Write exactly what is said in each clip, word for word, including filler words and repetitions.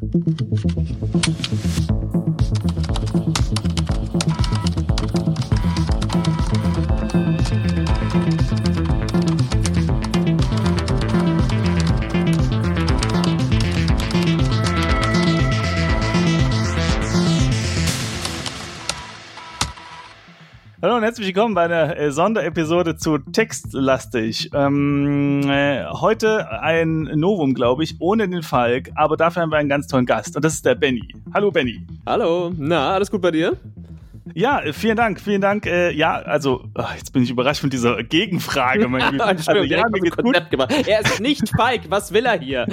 Hallo und herzlich willkommen bei einer äh, Sonderepisode zu Textlastig. Ähm, äh, heute ein Novum, glaube ich, ohne den Falk, aber dafür haben wir einen ganz tollen Gast und das ist der Benny. Hallo Benny. Hallo, na, alles gut bei dir? Ja, vielen Dank, vielen Dank. Äh, ja, also, ach, jetzt bin ich überrascht von dieser Gegenfrage. Mein Güte. Also, ja, mir geht's gut. Gemacht. Er ist nicht Falk, was will er hier?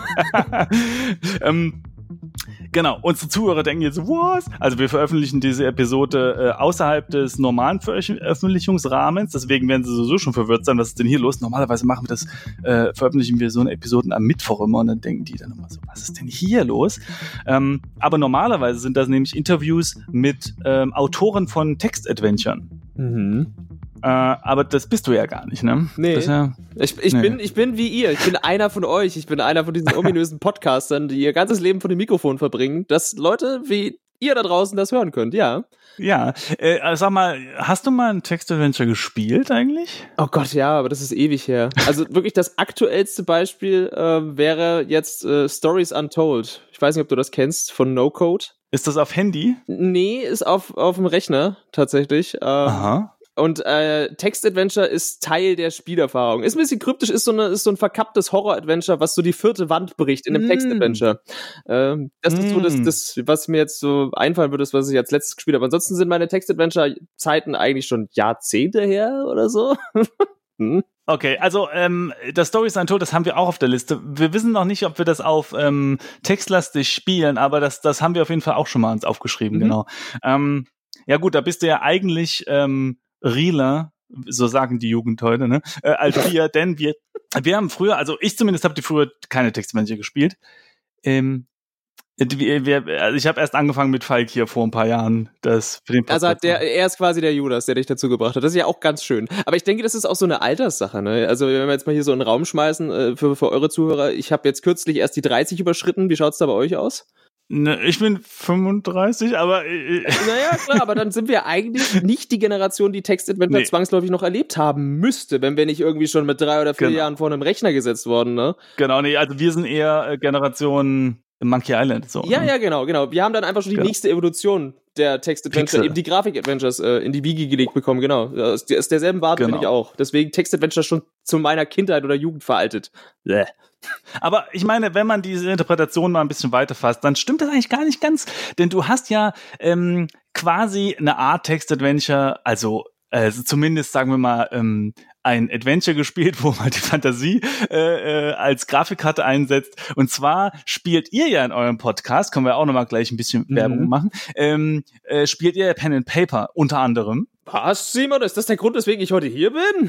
ähm, Genau, unsere Zuhörer denken jetzt, was? Also wir veröffentlichen diese Episode äh, außerhalb des normalen Veröffentlichungsrahmens, deswegen werden sie sowieso schon verwirrt sein, was ist denn hier los? Normalerweise machen wir das, äh, veröffentlichen wir so eine Episoden am Mittwoch immer und dann denken die dann immer so, was ist denn hier los? Ähm, aber normalerweise sind das nämlich Interviews mit ähm, Autoren von Textadventuren. Mhm. Äh, aber das bist du ja gar nicht, ne? Nee. Das ja, ich ich, nee. bin, ich bin wie ihr. Ich bin einer von euch. Ich bin einer von diesen ominösen Podcastern, die ihr ganzes Leben vor dem Mikrofon verbringen, dass Leute wie ihr da draußen das hören könnt, ja. Ja, äh, sag mal, hast du mal ein Textadventure gespielt eigentlich? Oh Gott, ja, aber das ist ewig her. Also wirklich das aktuellste Beispiel äh, wäre jetzt äh, Stories Untold. Ich weiß nicht, ob du das kennst, von No Code. Ist das auf Handy? Nee, ist auf, auf dem Rechner tatsächlich. Ähm, Aha. Und äh, Text-Adventure ist Teil der Spielerfahrung. Ist ein bisschen kryptisch, ist so, eine, ist so ein verkapptes Horror-Adventure, was so die vierte Wand bricht in einem mm. Text-Adventure. Ähm, das mm. ist so das, das, was mir jetzt so einfallen würde, was ich als letztes gespielt habe. Ansonsten sind meine Text-Adventure-Zeiten eigentlich schon Jahrzehnte her oder so. hm. Okay, also ähm, das Stories Untold, das haben wir auch auf der Liste. Wir wissen noch nicht, ob wir das auf ähm, textlastig spielen, aber das, das haben wir auf jeden Fall auch schon mal uns aufgeschrieben, mhm. genau. Ähm, ja gut, da bist du ja eigentlich ähm, realer, so sagen die Jugend heute, ne, äh, als wir, denn wir, wir haben früher, also ich zumindest habe die früher keine Textadventure gespielt. Ähm, wir, wir, also ich habe erst angefangen mit Falk hier vor ein paar Jahren. Das für den also der, er ist quasi der Judas, der dich dazu gebracht hat. Das ist ja auch ganz schön. Aber ich denke, das ist auch so eine Alterssache, ne? Also wenn wir jetzt mal hier so einen Raum schmeißen äh, für, für eure Zuhörer, ich habe jetzt kürzlich erst die dreißig überschritten. Wie schaut's da bei euch aus? Ne, ich bin fünfunddreißig, aber äh, naja, klar, aber dann sind wir eigentlich nicht die Generation, die Text-Adventure nee. zwangsläufig noch erlebt haben müsste, wenn wir nicht irgendwie schon mit drei oder vier genau. Jahren vor einem Rechner gesetzt worden, ne? Genau, nee, also wir sind eher äh, Generation Monkey Island, so. Ja, ne? ja, genau, genau. Wir haben dann einfach schon die genau. nächste Evolution der Text-Adventure, eben die Grafik-Adventures äh, in die Wiege gelegt bekommen, genau. Aus derselben Warte genau. bin ich auch. Deswegen Text-Adventure schon zu meiner Kindheit oder Jugend veraltet. Bäh. Aber ich meine, wenn man diese Interpretation mal ein bisschen weiterfasst, dann stimmt das eigentlich gar nicht ganz, denn du hast ja ähm, quasi eine Art Text-Adventure, also also zumindest, sagen wir mal, ähm, ein Adventure gespielt, wo man die Fantasie äh, äh, als Grafikkarte einsetzt. Und zwar spielt ihr ja in eurem Podcast, können wir auch nochmal gleich ein bisschen mhm. Werbung machen, ähm, äh, spielt ihr ja Pen and Paper unter anderem. Was, Simon? Ist das der Grund, weswegen ich heute hier bin?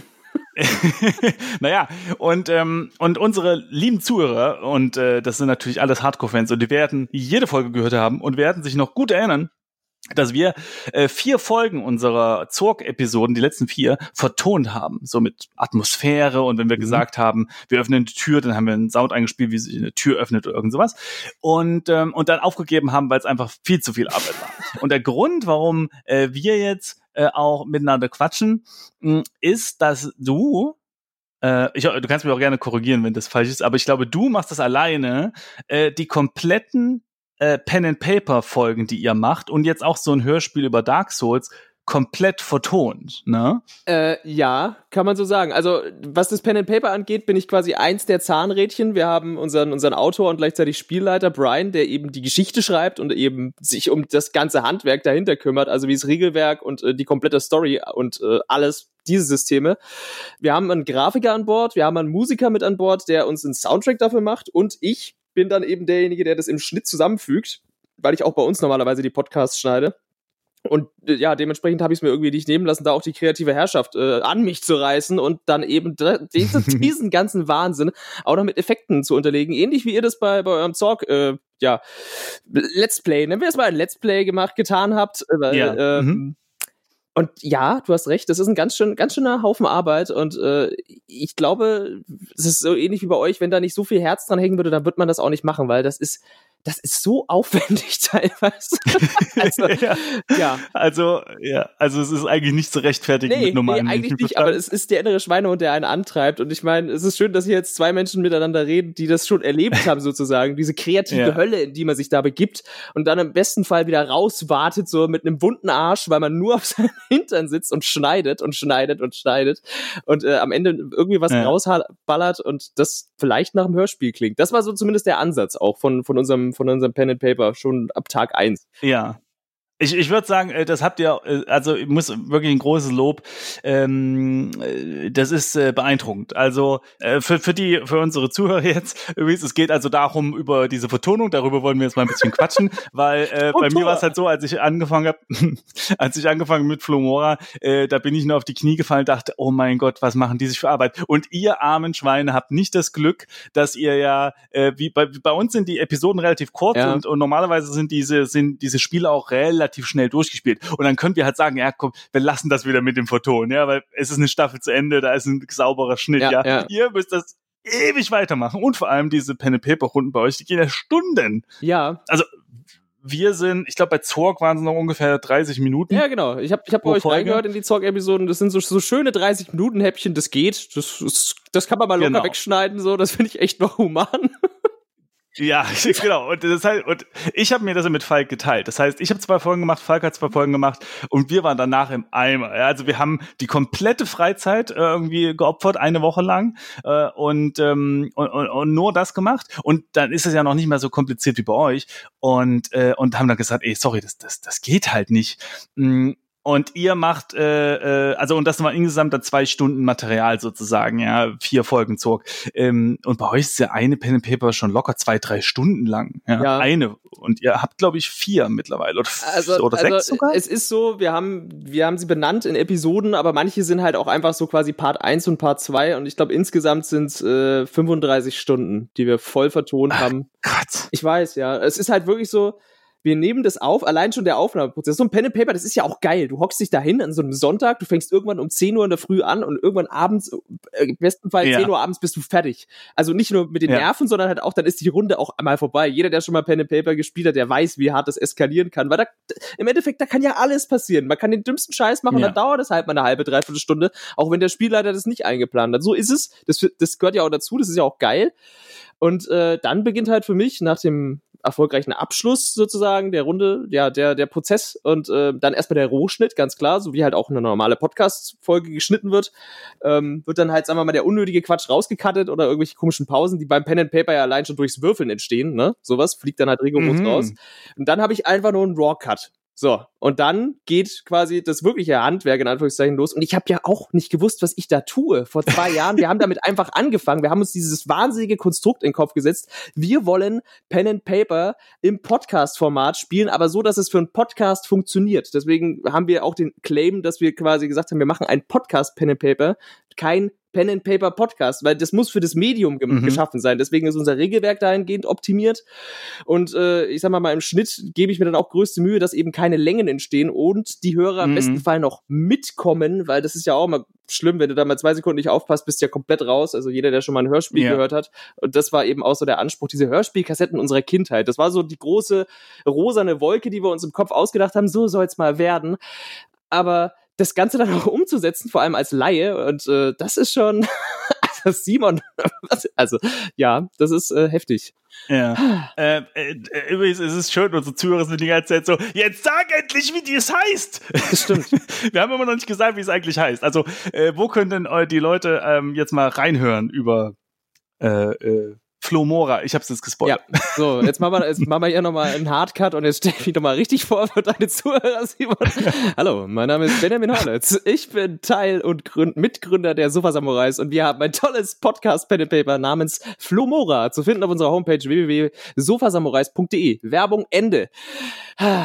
Naja, und ähm, und unsere lieben Zuhörer, und äh, das sind natürlich alles Hardcore-Fans, und die werden jede Folge gehört haben und werden sich noch gut erinnern, dass wir äh, vier Folgen unserer Zorg-Episoden, die letzten vier, vertont haben. So mit Atmosphäre, und wenn wir mhm. gesagt haben, wir öffnen die Tür, dann haben wir einen Sound eingespielt, wie sich eine Tür öffnet oder irgend sowas. Und, ähm, und dann aufgegeben haben, weil es einfach viel zu viel Arbeit war. Und der Grund, warum äh, wir jetzt äh, auch miteinander quatschen, mh, ist, dass du äh, ich, du kannst mich auch gerne korrigieren, wenn das falsch ist, aber ich glaube, du machst das alleine, äh, die kompletten Äh, Pen-and-Paper-Folgen, die ihr macht, und jetzt auch so ein Hörspiel über Dark Souls komplett vertont, ne? Äh, ja, kann man so sagen. Also, was das Pen and Paper angeht, bin ich quasi eins der Zahnrädchen. Wir haben unseren, unseren Autor und gleichzeitig Spielleiter Brian, der eben die Geschichte schreibt und eben sich um das ganze Handwerk dahinter kümmert, also wie das Regelwerk und äh, die komplette Story und äh, alles, diese Systeme. Wir haben einen Grafiker an Bord, wir haben einen Musiker mit an Bord, der uns einen Soundtrack dafür macht, und ich bin dann eben derjenige, der das im Schnitt zusammenfügt, weil ich auch bei uns normalerweise die Podcasts schneide. Und ja, dementsprechend habe ich es mir irgendwie nicht nehmen lassen, da auch die kreative Herrschaft äh, an mich zu reißen und dann eben da, diesen, diesen ganzen Wahnsinn auch noch mit Effekten zu unterlegen. Ähnlich wie ihr das bei, bei eurem Zorg, äh, ja, Let's Play, nennen wir es mal ein Let's Play gemacht, getan habt. Äh, ja. äh, mhm. Und ja, du hast recht, das ist ein ganz schön, ganz schöner Haufen Arbeit, und äh, ich glaube, es ist so ähnlich wie bei euch, wenn da nicht so viel Herz dran hängen würde, dann wird man das auch nicht machen, weil das ist, das ist so aufwendig teilweise. also, ja. ja. Also, ja, also es ist eigentlich nicht zu rechtfertigen nee, mit normalen nee, eigentlich nicht, aber es ist der innere Schweinehund, der einen antreibt. Und ich meine, es ist schön, dass hier jetzt zwei Menschen miteinander reden, die das schon erlebt haben, sozusagen. Diese kreative ja. Hölle, in die man sich da begibt und dann im besten Fall wieder rauswartet, so mit einem wunden Arsch, weil man nur auf seinem Hintern sitzt und schneidet und schneidet und schneidet und äh, am Ende irgendwie was ja. rausballert und das vielleicht nach dem Hörspiel klingt. Das war so zumindest der Ansatz auch von, von unserem von unserem Pen and Paper, schon ab Tag eins. Ja. Ich, ich würde sagen, das habt ihr, also ich muss wirklich ein großes Lob, ähm, das ist äh, beeindruckend. Also äh, für, für die, für unsere Zuhörer jetzt, übrigens, es geht also darum, über diese Vertonung, darüber wollen wir jetzt mal ein bisschen quatschen, weil äh, bei mir war es halt so, als ich angefangen habe, als ich angefangen mit Flomora, äh, da bin ich nur auf die Knie gefallen und dachte, oh mein Gott, was machen die sich für Arbeit? Und ihr armen Schweine habt nicht das Glück, dass ihr ja, äh, wie bei, bei uns sind die Episoden relativ kurz ja. und, und normalerweise sind diese, sind diese Spiele auch relativ relativ schnell durchgespielt. Und dann können wir halt sagen, ja, komm, wir lassen das wieder mit dem Photon, ja, weil es ist eine Staffel zu Ende, da ist ein sauberer Schnitt, ja. ja. ja. Ihr müsst das ewig weitermachen. Und vor allem diese Pen-and-Paper-Runden bei euch, die gehen ja Stunden. Ja. Also, wir sind, ich glaube, bei Zorg waren es noch ungefähr dreißig Minuten. Ja, genau. Ich habe ich hab bei euch Folge. reingehört in die Zorg-Episoden. Das sind so, so schöne dreißig-Minuten-Häppchen, das geht. Das, das, das kann man mal locker genau. wegschneiden, so. Das finde ich echt noch human. Ja, genau. Und das heißt, und ich habe mir das mit Falk geteilt. Das heißt, ich habe zwei Folgen gemacht, Falk hat zwei Folgen gemacht und wir waren danach im Eimer. Also wir haben die komplette Freizeit äh, irgendwie geopfert, eine Woche lang äh, und, ähm, und, und, und nur das gemacht. Und dann ist es ja noch nicht mehr so kompliziert wie bei euch. Und äh, und haben dann gesagt, ey, sorry, das das das geht halt nicht. Mhm. Und ihr macht, äh, äh, also und das war insgesamt dann zwei Stunden Material sozusagen, ja, vier Folgen Zog. Ähm, und bei euch ist ja eine Pen and Paper schon locker zwei, drei Stunden lang. Ja, ja. Eine. Und ihr habt, glaube ich, vier mittlerweile oder, also, oder also sechs sogar? Es ist so, wir haben, wir haben sie benannt in Episoden, aber manche sind halt auch einfach so quasi Part eins und Part zwei. Und ich glaube, insgesamt sind es äh, fünfunddreißig Stunden, die wir voll vertont Ach, haben. Gott. Ich weiß, ja. Es ist halt wirklich so, wir nehmen das auf, allein schon der Aufnahmeprozess. So ein Pen and Paper, das ist ja auch geil. Du hockst dich da hin an so einem Sonntag, du fängst irgendwann um zehn Uhr in der Früh an und irgendwann abends, äh, im besten Fall ja. zehn Uhr abends bist du fertig. Also nicht nur mit den ja. Nerven, sondern halt auch, dann ist die Runde auch einmal vorbei. Jeder, der schon mal Pen and Paper gespielt hat, der weiß, wie hart das eskalieren kann. Weil da, im Endeffekt, da kann ja alles passieren. Man kann den dümmsten Scheiß machen ja. und dann dauert es halt mal eine halbe, dreiviertel Stunde, auch wenn der Spielleiter das nicht eingeplant hat. So ist es. Das, das gehört ja auch dazu, das ist ja auch geil. Und äh, dann beginnt halt für mich nach dem erfolgreichen Abschluss sozusagen der Runde, ja, der der Prozess und äh, dann erstmal der Rohschnitt, ganz klar, so wie halt auch eine normale Podcast-Folge geschnitten wird, ähm, wird dann halt, sagen wir mal, der unnötige Quatsch rausgekattet oder irgendwelche komischen Pausen, die beim Pen and Paper ja allein schon durchs Würfeln entstehen, ne, sowas fliegt dann halt rigoros mhm. raus. Und dann habe ich einfach nur einen Raw-Cut. So, und dann geht quasi das wirkliche Handwerk in Anführungszeichen los. Und ich habe ja auch nicht gewusst, was ich da tue. Vor zwei Jahren, wir haben damit einfach angefangen. Wir haben uns dieses wahnsinnige Konstrukt in den Kopf gesetzt. Wir wollen Pen and Paper im Podcast-Format spielen, aber so, dass es für einen Podcast funktioniert. Deswegen haben wir auch den Claim, dass wir quasi gesagt haben, wir machen ein Podcast-Pen and Paper, kein Pen and Paper Podcast, weil das muss für das Medium ge- mhm. geschaffen sein. Deswegen ist unser Regelwerk dahingehend optimiert. Und äh, ich sag mal, mal im Schnitt gebe ich mir dann auch größte Mühe, dass eben keine Längen entstehen und die Hörer mhm. im besten Fall noch mitkommen, weil das ist ja auch immer schlimm, wenn du da mal zwei Sekunden nicht aufpasst, bist du ja komplett raus. Also jeder, der schon mal ein Hörspiel ja. gehört hat. Und das war eben auch so der Anspruch, diese Hörspielkassetten unserer Kindheit. Das war so die große rosane Wolke, die wir uns im Kopf ausgedacht haben, so soll's mal werden. Aber das Ganze dann auch umzusetzen, vor allem als Laie, und äh, das ist schon, also Simon, also ja, das ist äh, heftig. Ja. äh, äh, übrigens ist es schön, unsere Zuhörer sind die ganze Zeit so, jetzt sag endlich, wie die es heißt. Das stimmt. Wir haben immer noch nicht gesagt, wie es eigentlich heißt. Also, äh, wo können denn äh, die Leute ähm, jetzt mal reinhören über äh, äh, Flomora? Ich hab's jetzt gespoilert. Ja, so, jetzt machen wir, jetzt machen wir hier nochmal einen Hardcut und jetzt stell ich mich nochmal richtig vor für deine Zuhörer, Simon. Hallo, mein Name ist Benjamin Hornitz. Ich bin Teil und Gründ- Mitgründer der Sofa Samurais und wir haben ein tolles Podcast Pen and Paper namens Flomora zu finden auf unserer Homepage w w w punkt sofa samurais punkt d e. Werbung Ende.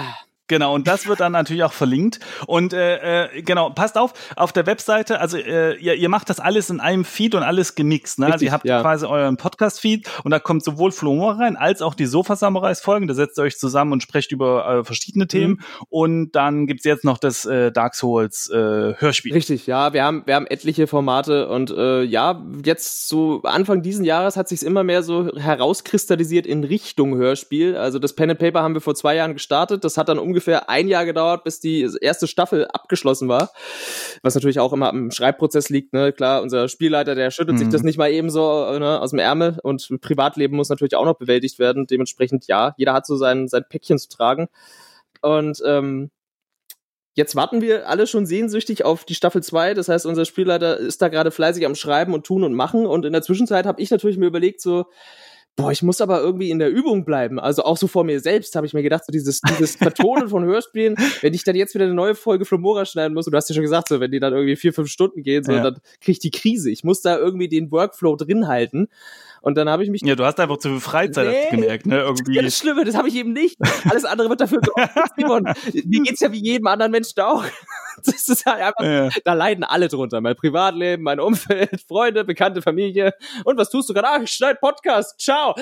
Genau, und das wird dann natürlich auch verlinkt. Und äh, äh, genau, passt auf, auf der Webseite, also äh, ihr, ihr macht das alles in einem Feed und alles gemixt. Ne? Richtig, also ihr habt ja. quasi euren Podcast-Feed und da kommt sowohl Flo rein, als auch die Sofa-Samurais-Folgen. Da setzt ihr euch zusammen und sprecht über äh, verschiedene Themen. Mhm. Und dann gibt's jetzt noch das äh, Dark Souls äh, Hörspiel. Richtig, ja, wir haben wir haben etliche Formate und äh, ja, jetzt so Anfang diesen Jahres hat sich's immer mehr so herauskristallisiert in Richtung Hörspiel. Also das Pen and Paper haben wir vor zwei Jahren gestartet. Das hat dann ungefähr ungefähr ein Jahr gedauert, bis die erste Staffel abgeschlossen war, was natürlich auch immer am Schreibprozess liegt, ne, klar, unser Spielleiter, der schüttet mhm. sich das nicht mal eben so ne, aus dem Ärmel und Privatleben muss natürlich auch noch bewältigt werden, dementsprechend, ja, jeder hat so sein, sein Päckchen zu tragen und ähm, jetzt warten wir alle schon sehnsüchtig auf die Staffel zwei, das heißt, unser Spielleiter ist da gerade fleißig am Schreiben und tun und machen und in der Zwischenzeit habe ich natürlich mir überlegt, so boah, ich muss aber irgendwie in der Übung bleiben. Also auch so vor mir selbst habe ich mir gedacht, so dieses, dieses Vertonen von Hörspielen, wenn ich dann jetzt wieder eine neue Folge Flomora schneiden muss, und du hast ja schon gesagt, so wenn die dann irgendwie vier, fünf Stunden gehen, so, ja. dann krieg ich die Krise. Ich muss da irgendwie den Workflow drin halten. Und dann habe ich mich... Ja, du hast einfach zu viel Freizeit nee, gemerkt, ne? Irgendwie. Das ist das Schlimme, das habe ich eben nicht. Alles andere wird dafür geopfert, Simon. Mir geht's ja wie jedem anderen Menschen auch. Das ist halt einfach, ja. Da leiden alle drunter. Mein Privatleben, mein Umfeld, Freunde, bekannte Familie. Und was tust du gerade? Ach, ich schneide Podcast. Ciao.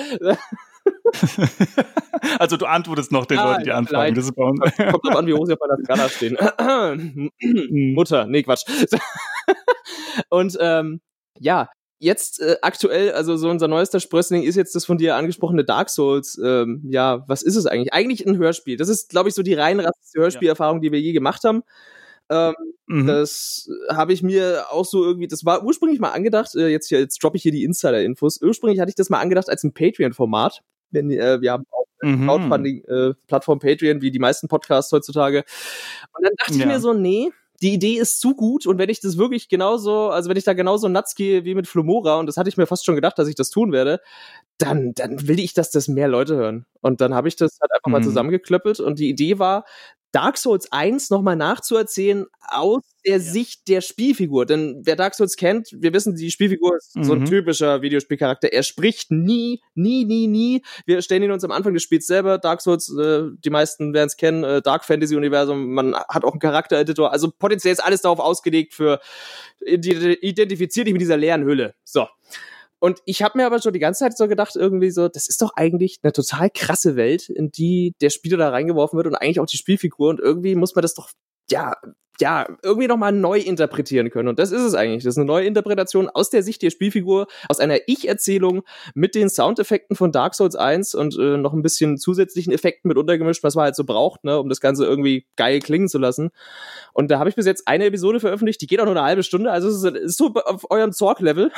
Also du antwortest noch den ah, Leuten, die anfragen. Das ist bei uns. Kommt drauf an, wie hoch sie auf meiner Skala stehen. Mutter, nee, Quatsch. Und ähm, ja, jetzt äh, aktuell, also so unser neuester Sprössling ist jetzt das von dir angesprochene Dark Souls. Ähm, ja, was ist es eigentlich? Eigentlich ein Hörspiel. Das ist, glaube ich, so die reinrasseste Hörspielerfahrung, die wir je gemacht haben. Ähm, mhm. Das habe ich mir auch so irgendwie, das war ursprünglich mal angedacht, äh, jetzt, hier, jetzt droppe ich hier die Insider-Infos, ursprünglich hatte ich das mal angedacht als ein Patreon-Format, wenn, äh, wir haben auch eine mhm. Crowdfunding-Plattform äh, Patreon, wie die meisten Podcasts heutzutage, und dann dachte ja. ich mir so, nee, die Idee ist zu gut und wenn ich das wirklich genauso, also wenn ich da genauso nuts gehe wie mit Flomora, und das hatte ich mir fast schon gedacht, dass ich das tun werde, dann, dann will ich, dass das mehr Leute hören. Und dann habe ich das halt einfach mhm. mal zusammengeklöppelt und die Idee war, Dark Souls eins nochmal nachzuerzählen aus der ja. Sicht der Spielfigur. Denn wer Dark Souls kennt, wir wissen, die Spielfigur ist mhm. so ein typischer Videospielcharakter. Er spricht nie, nie, nie, nie. Wir stellen ihn uns am Anfang des Spiels selber. Dark Souls, äh, die meisten werden es kennen, äh, Dark Fantasy Universum. Man hat auch einen Charaktereditor. Also potenziell ist alles darauf ausgelegt für identifizier dich mit dieser leeren Hülle. So. Und ich habe mir aber schon die ganze Zeit so gedacht, irgendwie so, das ist doch eigentlich eine total krasse Welt, in die der Spieler da reingeworfen wird und eigentlich auch die Spielfigur. Und irgendwie muss man das doch, ja, ja, irgendwie nochmal neu interpretieren können. Und das ist es eigentlich. Das ist eine neue Interpretation aus der Sicht der Spielfigur, aus einer Ich-Erzählung mit den Soundeffekten von Dark Souls eins und äh, noch ein bisschen zusätzlichen Effekten mit untergemischt, was man halt so braucht, ne, um das Ganze irgendwie geil klingen zu lassen. Und da habe ich bis jetzt eine Episode veröffentlicht, die geht auch nur eine halbe Stunde, also es ist, ist so auf eurem Zorg-Level.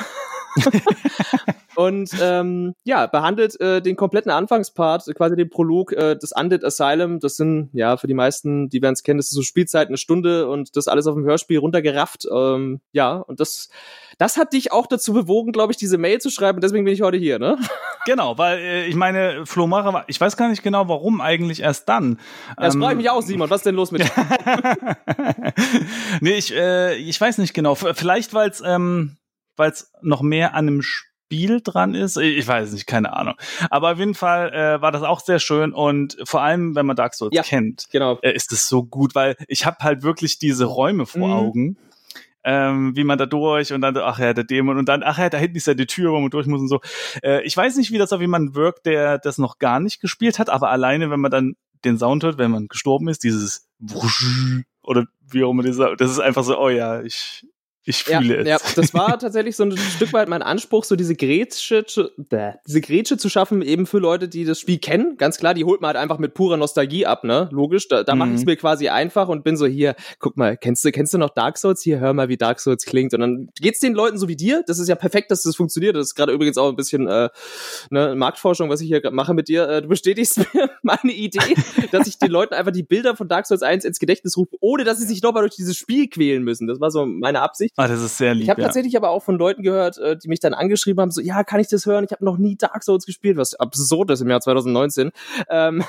Und ähm, ja, behandelt äh, den kompletten Anfangspart, quasi den Prolog, äh, des Undead Asylum. Das sind, ja, für die meisten, die werden es kennen, das ist so Spielzeit eine Stunde und das alles auf dem Hörspiel runtergerafft. Ähm, ja, und das das hat dich auch dazu bewogen, glaube ich, diese Mail zu schreiben. Und deswegen bin ich heute hier, ne? Genau, weil äh, ich meine, Flomara, ich weiß gar nicht genau, warum eigentlich erst dann. Das ähm, frage ich mich auch, Simon. Was ist denn los mit Nee, ich, äh, ich weiß nicht genau. Vielleicht, weil es ähm, weil's noch mehr an einem Spiel dran ist. Ich weiß nicht, keine Ahnung. Aber auf jeden Fall äh, war das auch sehr schön und vor allem, wenn man Dark Souls ja, kennt, genau. äh, ist es so gut, weil ich habe halt wirklich diese Räume vor mhm. Augen, ähm, wie man da durch und dann, ach ja, der Dämon und dann, ach ja, da hinten ist ja die Tür, wo man durch muss und so. Äh, ich weiß nicht, wie das auf jemanden wirkt, der das noch gar nicht gespielt hat, aber alleine, wenn man dann den Sound hört, wenn man gestorben ist, dieses oder wie auch immer das, das ist einfach so, oh ja, ich Ich fühle ja, es. Ja, das war tatsächlich so ein Stück weit mein Anspruch, so diese Grätsche, diese Grätsche zu schaffen, eben für Leute, die das Spiel kennen. Ganz klar, die holt man halt einfach mit purer Nostalgie ab, ne? Logisch, da, da mhm. mache ich es mir quasi einfach und bin so, hier, guck mal, kennst du, kennst du noch Dark Souls? Hier, hör mal, wie Dark Souls klingt. Und dann geht's den Leuten so wie dir. Das ist ja perfekt, dass das funktioniert. Das ist gerade übrigens auch ein bisschen äh, ne, Marktforschung, was ich hier gerade mache mit dir. Äh, du bestätigst mir meine Idee, dass ich den Leuten einfach die Bilder von Dark Souls eins ins Gedächtnis rufe, ohne dass sie sich nochmal durch dieses Spiel quälen müssen. Das war so meine Absicht. Ah, das ist sehr lieb. Ich habe ja. tatsächlich aber auch von Leuten gehört, die mich dann angeschrieben haben, so, ja, kann ich das hören? Ich habe noch nie Dark Souls gespielt, was absurd ist im Jahr zwanzig neunzehn. Ähm,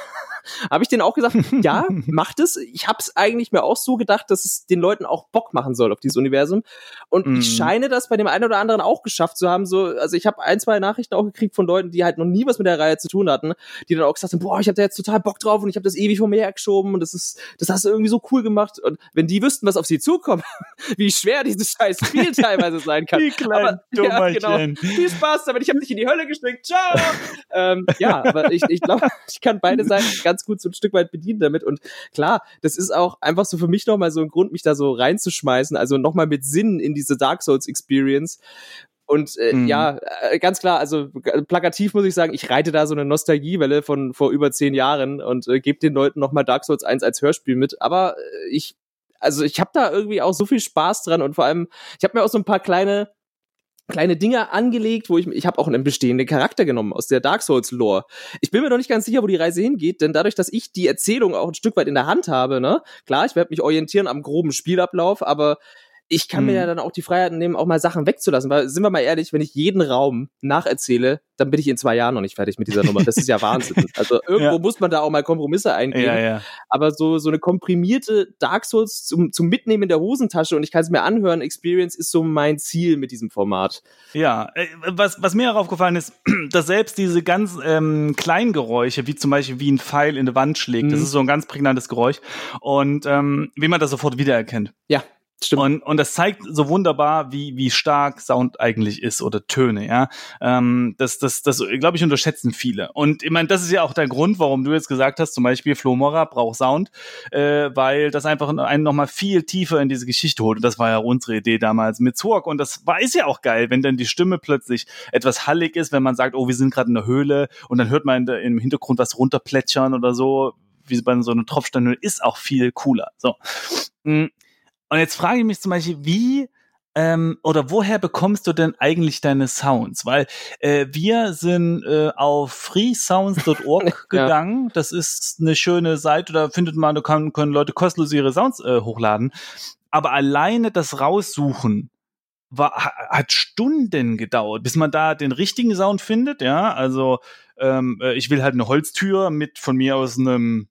habe ich denen auch gesagt, ja, macht es. Ich habe es eigentlich mir auch so gedacht, dass es den Leuten auch Bock machen soll auf dieses Universum. Und mm. ich scheine das bei dem einen oder anderen auch geschafft zu haben. So, also ich habe ein, zwei Nachrichten auch gekriegt von Leuten, die halt noch nie was mit der Reihe zu tun hatten, die dann auch gesagt haben, boah, ich habe da jetzt total Bock drauf und ich habe das ewig vor mir hergeschoben und das ist, das hast du irgendwie so cool gemacht. Und wenn die wüssten, was auf sie zukommt, wie schwer dieses scheiß Spiel teilweise sein kann. Die kleinen aber, ja, genau. Viel Spaß damit, ich habe dich in die Hölle gesteckt. Ciao! ähm, ja, aber ich, ich glaube, ich kann beide Seiten ganz gut so ein Stück weit bedienen damit. Und klar, das ist auch einfach so für mich nochmal so ein Grund, mich da so reinzuschmeißen, also nochmal mit Sinn in diese Dark Souls Experience. Und äh, mhm. ja, äh, ganz klar, also plakativ muss ich sagen, ich reite da so eine Nostalgiewelle von vor über zehn Jahren und äh, gebe den Leuten nochmal Dark Souls eins als Hörspiel mit. Aber äh, ich, also ich habe da irgendwie auch so viel Spaß dran und vor allem, ich habe mir auch so ein paar kleine kleine Dinge angelegt, wo ich, ich habe auch einen bestehenden Charakter genommen aus der Dark Souls Lore. Ich bin mir noch nicht ganz sicher, wo die Reise hingeht, denn dadurch, dass ich die Erzählung auch ein Stück weit in der Hand habe, ne, klar, ich werde mich orientieren am groben Spielablauf, aber ich kann hm. mir ja dann auch die Freiheit nehmen, auch mal Sachen wegzulassen, weil, sind wir mal ehrlich, wenn ich jeden Raum nacherzähle, dann bin ich in zwei Jahren noch nicht fertig mit dieser Nummer. Das ist ja Wahnsinn. Also irgendwo ja. muss man da auch mal Kompromisse eingehen. Ja, ja. Aber so so eine komprimierte Dark Souls zum, zum Mitnehmen in der Hosentasche und ich kann es mir anhören, Experience ist so mein Ziel mit diesem Format. Ja, was, was mir auch aufgefallen ist, dass selbst diese ganz ähm, kleinen Geräusche, wie zum Beispiel wie ein Pfeil in die Wand schlägt, mhm. das ist so ein ganz prägnantes Geräusch und ähm, wie man das sofort wiedererkennt. Ja. Stimmt. Und, und das zeigt so wunderbar, wie, wie stark Sound eigentlich ist oder Töne, ja. Ähm, das, das, das, glaube ich, unterschätzen viele. Und ich meine, das ist ja auch der Grund, warum du jetzt gesagt hast, zum Beispiel Flo Morra braucht Sound, äh, weil das einfach einen nochmal viel tiefer in diese Geschichte holt. Und das war ja unsere Idee damals mit Zorg. Und das war, ist ja auch geil, wenn dann die Stimme plötzlich etwas hallig ist, wenn man sagt, oh, wir sind gerade in der Höhle und dann hört man in der, im Hintergrund was runterplätschern oder so, wie bei so einer Tropfsteinhöhle, ist auch viel cooler. So. Mhm. Und jetzt frage ich mich zum Beispiel, wie ähm, oder woher bekommst du denn eigentlich deine Sounds? Weil äh, wir sind äh, auf freesounds dot org gegangen. Ja. Das ist eine schöne Seite, da findet man, da kann, können Leute kostenlos ihre Sounds äh, hochladen. Aber alleine das Raussuchen war, hat Stunden gedauert, bis man da den richtigen Sound findet. Ja, also ähm, ich will halt eine Holztür mit von mir aus einem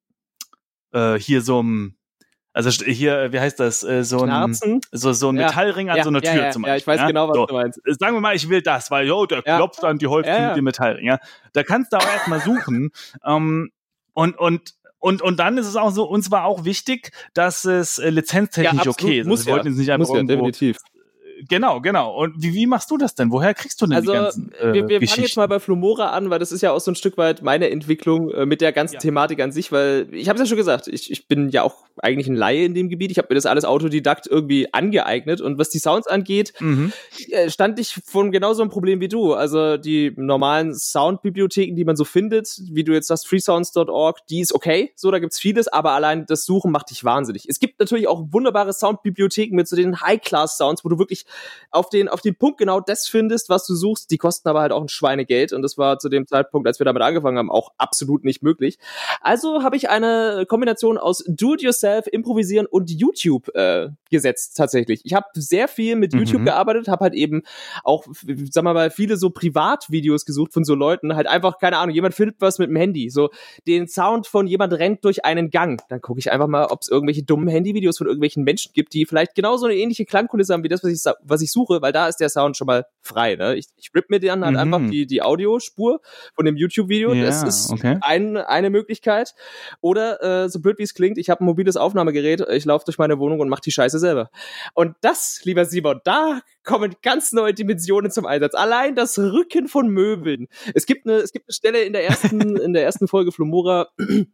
äh, hier so einem Also hier, wie heißt das, so ein, so, so ein ja. Metallring an ja, so einer Tür ja, ja, zum Beispiel. Ja, ich weiß ja? genau, was so. du meinst. Sagen wir mal, ich will das, weil, jo, der ja. klopft an die Holztür ja, ja. mit dem Metallring. Ja? Da kannst du auch erstmal suchen. um, und, und, und, und dann ist es auch so, uns war auch wichtig, dass es äh, lizenztechnisch ja, okay ist. Muss also wir ja. wollten jetzt nicht einfach muss ja, definitiv. Genau, genau. Und wie, wie machst du das denn? Woher kriegst du denn also, die ganzen äh, wir, wir Geschichten? fangen jetzt mal bei Flo Morra an, weil das ist ja auch so ein Stück weit meine Entwicklung äh, mit der ganzen ja. Thematik an sich, weil ich habe es ja schon gesagt, ich, ich bin ja auch eigentlich ein Laie in dem Gebiet. Ich habe mir das alles autodidakt irgendwie angeeignet und was die Sounds angeht, mhm. äh, stand ich vor genau so einem Problem wie du. Also die normalen Soundbibliotheken, die man so findet, wie du jetzt sagst, freesounds dot org, die ist okay, so, da gibt's vieles, aber allein das Suchen macht dich wahnsinnig. Es gibt natürlich auch wunderbare Soundbibliotheken mit so den High-Class-Sounds, wo du wirklich auf den auf den Punkt genau das findest, was du suchst. Die kosten aber halt auch ein Schweinegeld und das war zu dem Zeitpunkt, als wir damit angefangen haben, auch absolut nicht möglich. Also habe ich eine Kombination aus Do-it-yourself, Improvisieren und YouTube äh, gesetzt tatsächlich. Ich habe sehr viel mit YouTube mhm. gearbeitet, habe halt eben auch, sagen wir mal, viele so Privatvideos gesucht von so Leuten, halt einfach, keine Ahnung, jemand filmt was mit dem Handy, so den Sound von jemand rennt durch einen Gang. Dann gucke ich einfach mal, ob es irgendwelche dummen Handyvideos von irgendwelchen Menschen gibt, die vielleicht genauso eine ähnliche Klangkulisse haben wie das, was ich, was ich suche, weil da ist der Sound schon mal frei. Ne? Ich, ich ripp mir dann halt mhm. einfach die, die Audiospur von dem YouTube-Video. Ja, das ist okay. ein, eine Möglichkeit. Oder, äh, so blöd wie es klingt, ich habe ein mobiles Aufnahmegerät, ich laufe durch meine Wohnung und mache die Scheiße selber. Und das, lieber Simon, da kommen ganz neue Dimensionen zum Einsatz. Allein das Rücken von Möbeln. Es gibt eine, es gibt eine Stelle in der ersten, in der ersten Folge Flo Morra,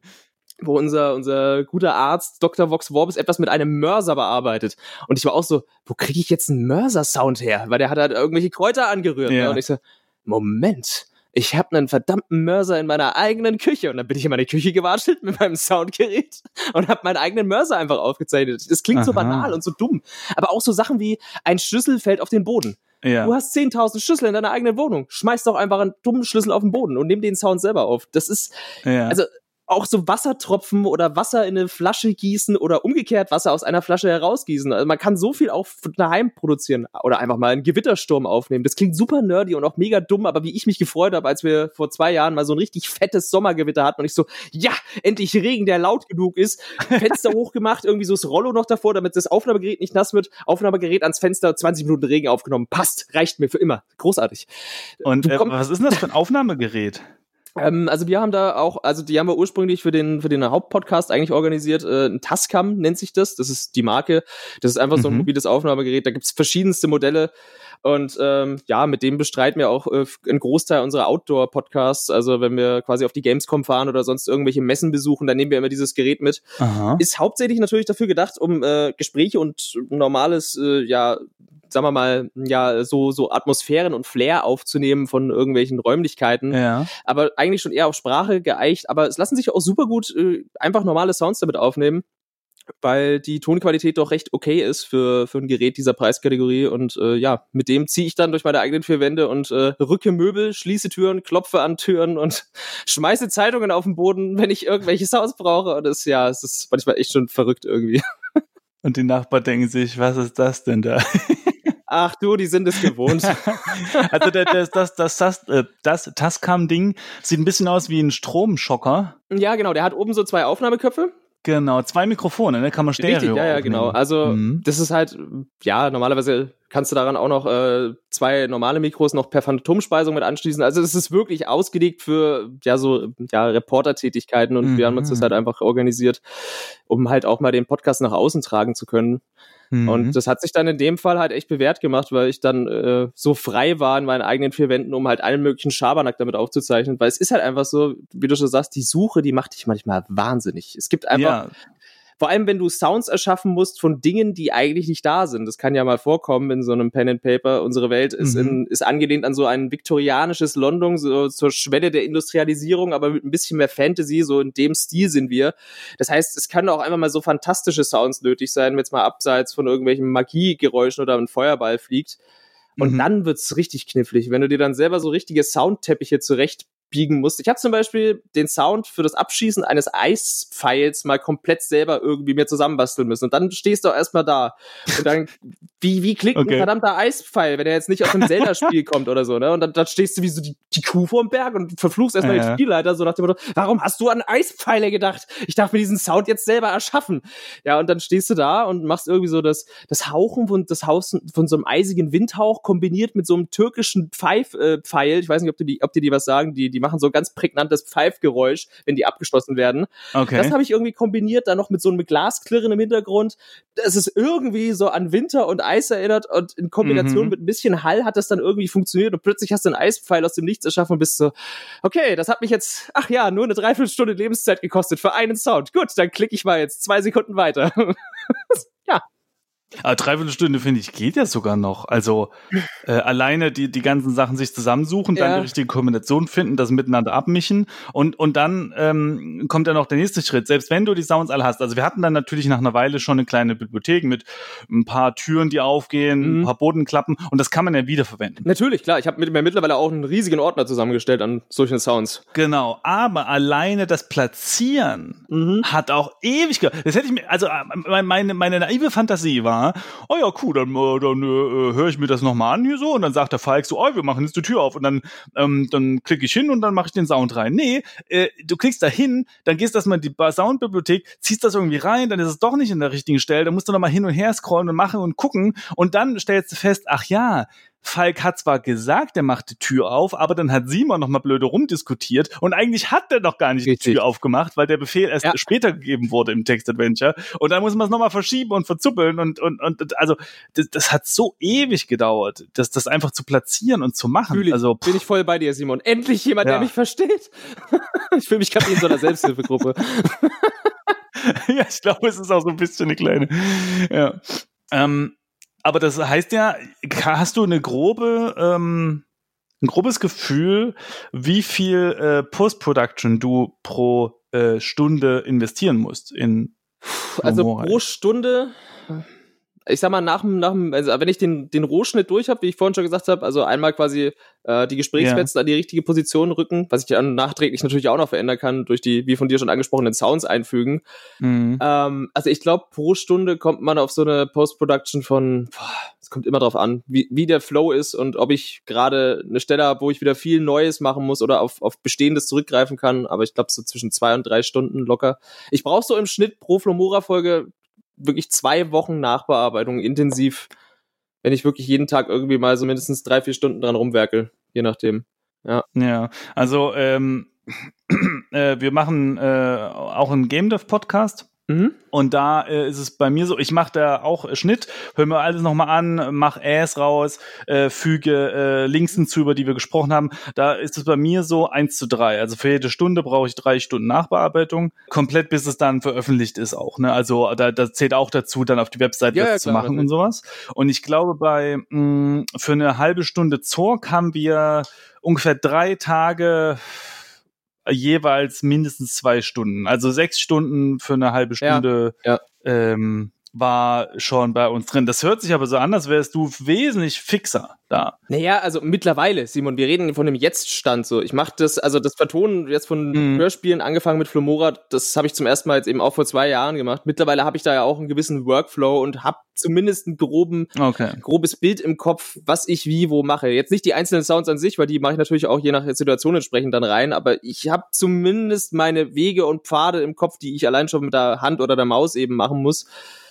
wo unser, unser guter Arzt Doktor Vox Vorbis etwas mit einem Mörser bearbeitet. Und ich war auch so, wo kriege ich jetzt einen Mörser-Sound her? Weil der hat halt irgendwelche Kräuter angerührt. Ja. Ne? Und ich so, Moment, ich habe einen verdammten Mörser in meiner eigenen Küche. Und dann bin ich in meine Küche gewatschelt mit meinem Soundgerät und habe meinen eigenen Mörser einfach aufgezeichnet. Das klingt Aha. so banal und so dumm. Aber auch so Sachen wie, ein Schlüssel fällt auf den Boden. Ja. Du hast zehntausend Schlüssel in deiner eigenen Wohnung. Schmeiß doch einfach einen dummen Schlüssel auf den Boden und nimm den Sound selber auf. Das ist, ja. also auch so Wassertropfen oder Wasser in eine Flasche gießen oder umgekehrt Wasser aus einer Flasche herausgießen. Also man kann so viel auch daheim produzieren oder einfach mal einen Gewittersturm aufnehmen. Das klingt super nerdy und auch mega dumm, aber wie ich mich gefreut habe, als wir vor zwei Jahren mal so ein richtig fettes Sommergewitter hatten und ich so, ja, endlich Regen, der laut genug ist. Fenster hochgemacht, irgendwie so das Rollo noch davor, damit das Aufnahmegerät nicht nass wird. Aufnahmegerät ans Fenster, zwanzig Minuten Regen aufgenommen. Passt, reicht mir für immer. Großartig. Und äh, was ist denn das für ein Aufnahmegerät? Ähm, also wir haben da auch, also die haben wir ursprünglich für den für den Hauptpodcast eigentlich organisiert. Äh, ein Tascam nennt sich das. Das ist die Marke. Das ist einfach so ein Mhm. mobiles Aufnahmegerät. Da gibt's verschiedenste Modelle. Und ähm, ja, mit dem bestreiten wir auch äh, einen Großteil unserer Outdoor-Podcasts. Also wenn wir quasi auf die Gamescom fahren oder sonst irgendwelche Messen besuchen, dann nehmen wir immer dieses Gerät mit. Aha. Ist hauptsächlich natürlich dafür gedacht, um äh, Gespräche und normales, äh, ja, sagen wir mal, ja, so, so Atmosphären und Flair aufzunehmen von irgendwelchen Räumlichkeiten. Ja. Aber eigentlich schon eher auf Sprache geeicht. Aber es lassen sich auch super gut äh, einfach normale Sounds damit aufnehmen, weil die Tonqualität doch recht okay ist für, für ein Gerät dieser Preiskategorie. Und äh, ja, mit dem ziehe ich dann durch meine eigenen vier Wände und äh, rücke Möbel, schließe Türen, klopfe an Türen und schmeiße Zeitungen auf den Boden, wenn ich irgendwelche Sounds brauche. Und das, ja, es ist manchmal echt schon verrückt irgendwie. Und die Nachbarn denken sich, was ist das denn da? Ach du, die sind es gewohnt. Also das, das, das, das, das, das Tascam-Ding sieht ein bisschen aus wie ein Stromschocker. Ja, genau, der hat oben so zwei Aufnahmeköpfe. Genau, zwei Mikrofone, ne? Kann man Stereo Richtig, ja, ja, aufnehmen. genau. Also Mhm. das ist halt, ja, normalerweise kannst du daran auch noch äh, zwei normale Mikros noch per Phantomspeisung mit anschließen. Also es ist wirklich ausgelegt für ja so ja Reportertätigkeiten und Mhm. wir haben uns das halt einfach organisiert, um halt auch mal den Podcast nach außen tragen zu können. Mhm. Und das hat sich dann in dem Fall halt echt bewährt gemacht, weil ich dann äh, so frei war in meinen eigenen vier Wänden, um halt allen möglichen Schabernack damit aufzuzeichnen. Weil es ist halt einfach so, wie du schon sagst, die Suche, die macht dich manchmal wahnsinnig. Es gibt einfach, Ja. vor allem wenn du Sounds erschaffen musst von Dingen, die eigentlich nicht da sind. Das kann ja mal vorkommen in so einem Pen and Paper. Unsere Welt ist, Mhm. in, ist angelehnt an so ein viktorianisches London, so zur Schwelle der Industrialisierung, aber mit ein bisschen mehr Fantasy, so in dem Stil sind wir. Das heißt, es können auch einfach mal so fantastische Sounds nötig sein, wenn jetzt mal abseits von irgendwelchen Magiegeräuschen oder ein Feuerball fliegt. Und Mhm. dann wird's richtig knifflig, wenn du dir dann selber so richtige Soundteppiche zurechtbiegen musst. Ich habe zum Beispiel den Sound für das Abschießen eines Eispfeils mal komplett selber irgendwie mir zusammenbasteln müssen. Und dann stehst du auch erstmal da. Und dann, wie, wie klickt Okay. ein verdammter Eispfeil, wenn er jetzt nicht aus einem Zelda-Spiel kommt oder so, ne? Und dann, dann stehst du wie so die, die Kuh vorm Berg und verfluchst erstmal Ja. den Spielleiter, so nach dem Motto, warum hast du an Eispfeile gedacht? Ich darf mir diesen Sound jetzt selber erschaffen. Ja, und dann stehst du da und machst irgendwie so das, das Hauchen von, das Hausen von so einem eisigen Windhauch kombiniert mit so einem türkischen Pfeif, äh, Pfeil. Ich weiß nicht, ob, du die, ob dir die was sagen. Die, die machen so ein ganz prägnantes Pfeifgeräusch, wenn die abgeschlossen werden. Okay. Das habe ich irgendwie kombiniert, dann noch mit so einem Glasklirren im Hintergrund. Das ist irgendwie so an Winter und Eis erinnert und in Kombination Mhm. mit ein bisschen Hall hat das dann irgendwie funktioniert und plötzlich hast du einen Eispfeil aus dem Nichts erschaffen und bist so, okay, das hat mich jetzt, ach ja, nur eine Dreiviertelstunde Lebenszeit gekostet für einen Sound. Gut, dann klicke ich mal jetzt zwei Sekunden weiter. Ja. Aber dreiviertel Stunde, finde ich, geht ja sogar noch. Also äh, alleine die, die ganzen Sachen sich zusammensuchen, dann Ja. die richtige Kombination finden, das miteinander abmischen und, und dann ähm, kommt dann noch der nächste Schritt. Selbst wenn du die Sounds alle hast. Also wir hatten dann natürlich nach einer Weile schon eine kleine Bibliothek mit ein paar Türen, die aufgehen, Mhm. ein paar Bodenklappen und das kann man ja wiederverwenden. Natürlich, klar. Ich habe mir mittlerweile auch einen riesigen Ordner zusammengestellt an solchen Sounds. Genau, aber alleine das Platzieren Mhm. hat auch ewig ge- Das hätte ich mir, also äh, meine, meine naive Fantasie war, oh ja, cool, dann, äh, dann äh, höre ich mir das nochmal an hier so und dann sagt der Falk so, oh, wir machen jetzt die Tür auf und dann, ähm, dann klicke ich hin und dann mache ich den Sound rein. Nee, äh, du klickst da hin, dann gehst du erstmal in die Ba- Soundbibliothek, ziehst das irgendwie rein, dann ist es doch nicht in der richtigen Stelle, dann musst du nochmal hin und her scrollen und machen und gucken und dann stellst du fest, ach ja, Falk hat zwar gesagt, er macht die Tür auf, aber dann hat Simon noch mal blöde rumdiskutiert und eigentlich hat er noch gar nicht Richtig. die Tür aufgemacht, weil der Befehl erst Ja. später gegeben wurde im Text-Adventure und dann muss man es noch mal verschieben und verzuppeln und, und, und also das, das hat so ewig gedauert, das, das einfach zu platzieren und zu machen. Fühl ich, Also bin ich voll bei dir, Simon. Endlich jemand, Ja. der mich versteht. Ich fühle mich gerade wie in so einer Selbsthilfegruppe. ja, ich glaube, es ist auch so ein bisschen eine kleine. Ja. Ähm, aber das heißt ja, hast du eine grobe, ähm, ein grobes Gefühl, wie viel äh, Post-Production du pro äh, Stunde investieren musst in Also Humor? pro Stunde, ich sag mal, nach dem, nach dem, also wenn ich den, den Rohschnitt durch habe, wie ich vorhin schon gesagt habe, also einmal quasi äh, die Gesprächsfetzen yeah. an die richtige Position rücken, was ich dann nachträglich natürlich auch noch verändern kann, durch die, wie von dir schon angesprochenen Sounds einfügen. Mhm. Ähm, also ich glaube, pro Stunde kommt man auf so eine Post-Production von, es kommt immer drauf an, wie, wie der Flow ist und ob ich gerade eine Stelle habe, wo ich wieder viel Neues machen muss oder auf, auf Bestehendes zurückgreifen kann, aber ich glaube so zwischen zwei und drei Stunden locker. Ich brauche so im Schnitt pro Flomora-Folge wirklich zwei Wochen Nachbearbeitung intensiv, wenn ich wirklich jeden Tag irgendwie mal so mindestens drei, vier Stunden dran rumwerkel, je nachdem. Ja, ja also ähm, äh, wir machen äh, auch einen Game Dev Podcast. Mhm. Und da äh, ist es bei mir so, ich mache da auch äh, Schnitt, höre mir alles nochmal an, mache Äs raus, äh, füge äh, Links hinzu, über die wir gesprochen haben. Da ist es bei mir so eins zu drei. Also für jede Stunde brauche ich drei Stunden Nachbearbeitung. Komplett, bis es dann veröffentlicht ist auch. Ne? Also da, da zählt auch dazu, dann auf die Webseite ja, ja, zu klar, machen und sowas. Und ich glaube, bei mh, für eine halbe Stunde Zorg haben wir ungefähr drei Tage jeweils mindestens zwei Stunden. Also sechs Stunden für eine halbe Stunde ja, ja. Ähm, war schon bei uns drin. Das hört sich aber so an, als wärst du wesentlich fixer da. Naja, also mittlerweile, Simon, wir reden von dem Jetzt-Stand so. Ich mache das, also das Vertonen jetzt von mhm. Hörspielen, angefangen mit Flomora, das habe ich zum ersten Mal jetzt eben auch vor zwei Jahren gemacht. Mittlerweile habe ich da ja auch einen gewissen Workflow und habe zumindest ein groben, okay. grobes Bild im Kopf, was ich wie wo mache. Jetzt nicht die einzelnen Sounds an sich, weil die mache ich natürlich auch je nach Situation entsprechend dann rein, aber ich habe zumindest meine Wege und Pfade im Kopf, die ich allein schon mit der Hand oder der Maus eben machen muss.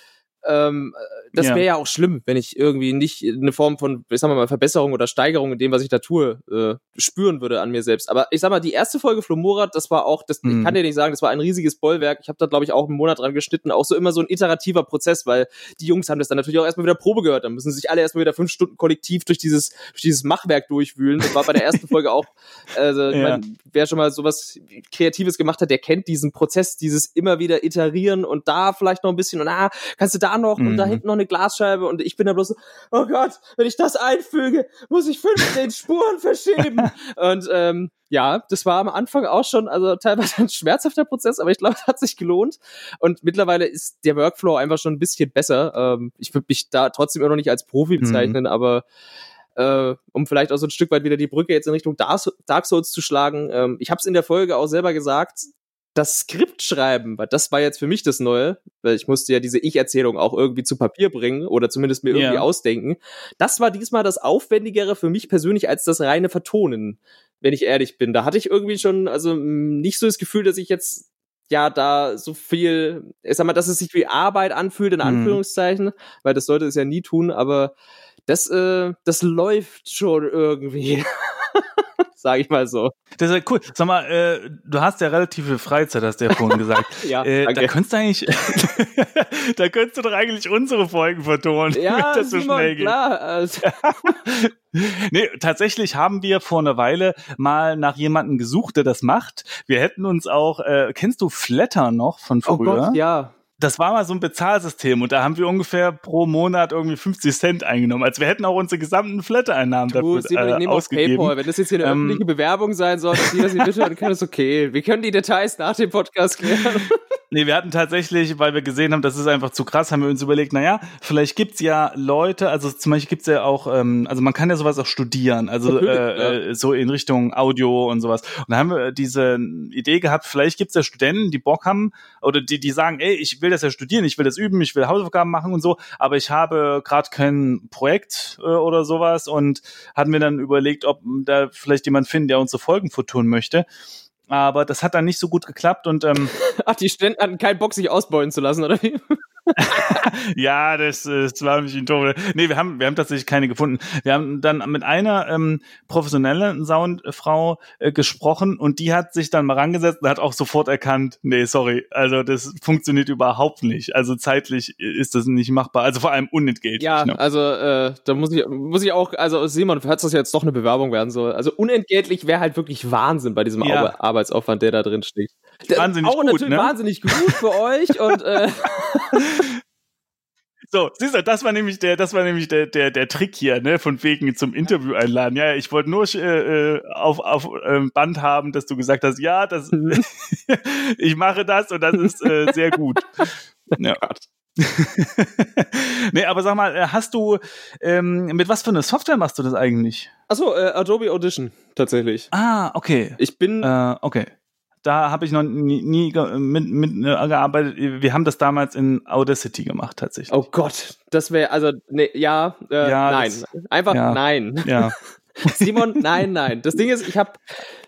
Ähm, das wäre ja. ja auch schlimm, wenn ich irgendwie nicht eine Form von, ich sag mal, Verbesserung oder Steigerung in dem, was ich da tue, äh, spüren würde an mir selbst. Aber ich sag mal, die erste Folge Flomora, das war auch, das, mhm. ich kann dir nicht sagen, das war ein riesiges Bollwerk. Ich habe da, glaube ich, auch einen Monat dran geschnitten. Auch so immer so ein iterativer Prozess, weil die Jungs haben das dann natürlich auch erstmal wieder Probe gehört. Dann müssen sich alle erstmal wieder fünf Stunden kollektiv durch dieses, durch dieses Machwerk durchwühlen. Das war bei der ersten Folge auch, also, ja. ich mein, wer schon mal sowas Kreatives gemacht hat, der kennt diesen Prozess, dieses immer wieder iterieren und da vielleicht noch ein bisschen und ah, kannst du da noch mhm. und da hinten noch eine Glasscheibe und ich bin da bloß so, oh Gott, wenn ich das einfüge, muss ich fünfzehn Spuren verschieben. Und ähm, ja, das war am Anfang auch schon, also teilweise ein schmerzhafter Prozess, aber ich glaube, es hat sich gelohnt. Und mittlerweile ist der Workflow einfach schon ein bisschen besser. Ähm, ich würde mich da trotzdem immer noch nicht als Profi bezeichnen, mhm. aber äh, um vielleicht auch so ein Stück weit wieder die Brücke jetzt in Richtung Dark Souls zu schlagen. Ähm, ich habe es in der Folge auch selber gesagt, das Skript schreiben, weil das war jetzt für mich das Neue, weil ich musste ja diese Ich-Erzählung auch irgendwie zu Papier bringen oder zumindest mir irgendwie yeah. ausdenken. Das war diesmal das Aufwendigere für mich persönlich als das reine Vertonen, wenn ich ehrlich bin. Da hatte ich irgendwie schon also nicht so das Gefühl, dass ich jetzt ja da so viel, ich sag mal, dass es sich wie Arbeit anfühlt, in Anführungszeichen, mhm. weil das sollte es ja nie tun, aber das, äh, das läuft schon irgendwie. Sag ich mal so. Das ist ja cool. Sag mal, äh, du hast ja relativ viel Freizeit, hast du ja vorhin gesagt. ja, äh, da könntest du eigentlich, da könntest du doch eigentlich unsere Folgen vertonen, ja, damit das so Simon, schnell geht. Klar. Also. Nee, tatsächlich haben wir vor einer Weile mal nach jemandem gesucht, der das macht. Wir hätten uns auch, äh, kennst du Flatter noch von früher? Oh Gott, ja. Das war mal so ein Bezahlsystem und da haben wir ungefähr pro Monat irgendwie fünfzig Cent eingenommen. Also wir hätten auch unsere gesamten Flatter-Einnahmen dafür äh, ich ausgegeben. PayPal. Wenn das jetzt hier eine ähm, öffentliche Bewerbung sein soll, dass die das nicht mithören können, ist okay. Wir können die Details nach dem Podcast klären. Nee, wir hatten tatsächlich, weil wir gesehen haben, das ist einfach zu krass, haben wir uns überlegt, naja, vielleicht gibt's ja Leute, also zum Beispiel gibt's ja auch, ähm, also man kann ja sowas auch studieren, also äh, ja. so in Richtung Audio und sowas. Und da haben wir diese Idee gehabt, vielleicht gibt's ja Studenten, die Bock haben oder die die sagen, ey, ich will das ja studieren, ich will das üben, ich will Hausaufgaben machen und so, aber ich habe gerade kein Projekt äh, oder sowas und hatten wir dann überlegt, ob da vielleicht jemand finden, der unsere Folgen vertonen möchte. Aber das hat dann nicht so gut geklappt und ähm, ach, die Studenten hatten keinen Bock, sich ausbeuten zu lassen, oder wie? Ja, das, das war mich ein Tod. Nee, wir haben, wir haben tatsächlich keine gefunden. Wir haben dann mit einer ähm, professionellen Soundfrau äh, gesprochen und die hat sich dann mal rangesetzt und hat auch sofort erkannt, nee, sorry, also das funktioniert überhaupt nicht. Also zeitlich ist das nicht machbar, also vor allem unentgeltlich. Ja, ne? also äh, da muss ich, muss ich auch, also Simon, falls das jetzt doch eine Bewerbung werden soll, also unentgeltlich wäre halt wirklich Wahnsinn bei diesem ja. Ar- Arbeitsaufwand, der da drin steht. Wahnsinnig auch gut, natürlich ne? wahnsinnig gut für euch und äh So, siehst du, das war nämlich der, das war nämlich der, der, der Trick hier, ne, von wegen zum Interview einladen. Ja, ich wollte nur äh, auf, auf ähm, Band haben, dass du gesagt hast, ja, das, ich mache das und das ist äh, sehr gut. Ja. Nee, aber sag mal, hast du, ähm, mit was für eine Software machst du das eigentlich? Achso, äh, Adobe Audition, tatsächlich. Ah, okay. Ich bin... Äh, okay. Da habe ich noch nie, nie ge- mit, mit äh, gearbeitet. Wir haben das damals in Audacity gemacht, tatsächlich. Oh Gott, das wäre, also, nee, ja, äh, Ja, nein. das- Einfach ja. nein. Ja. Simon, nein, nein. Das Ding ist, ich habe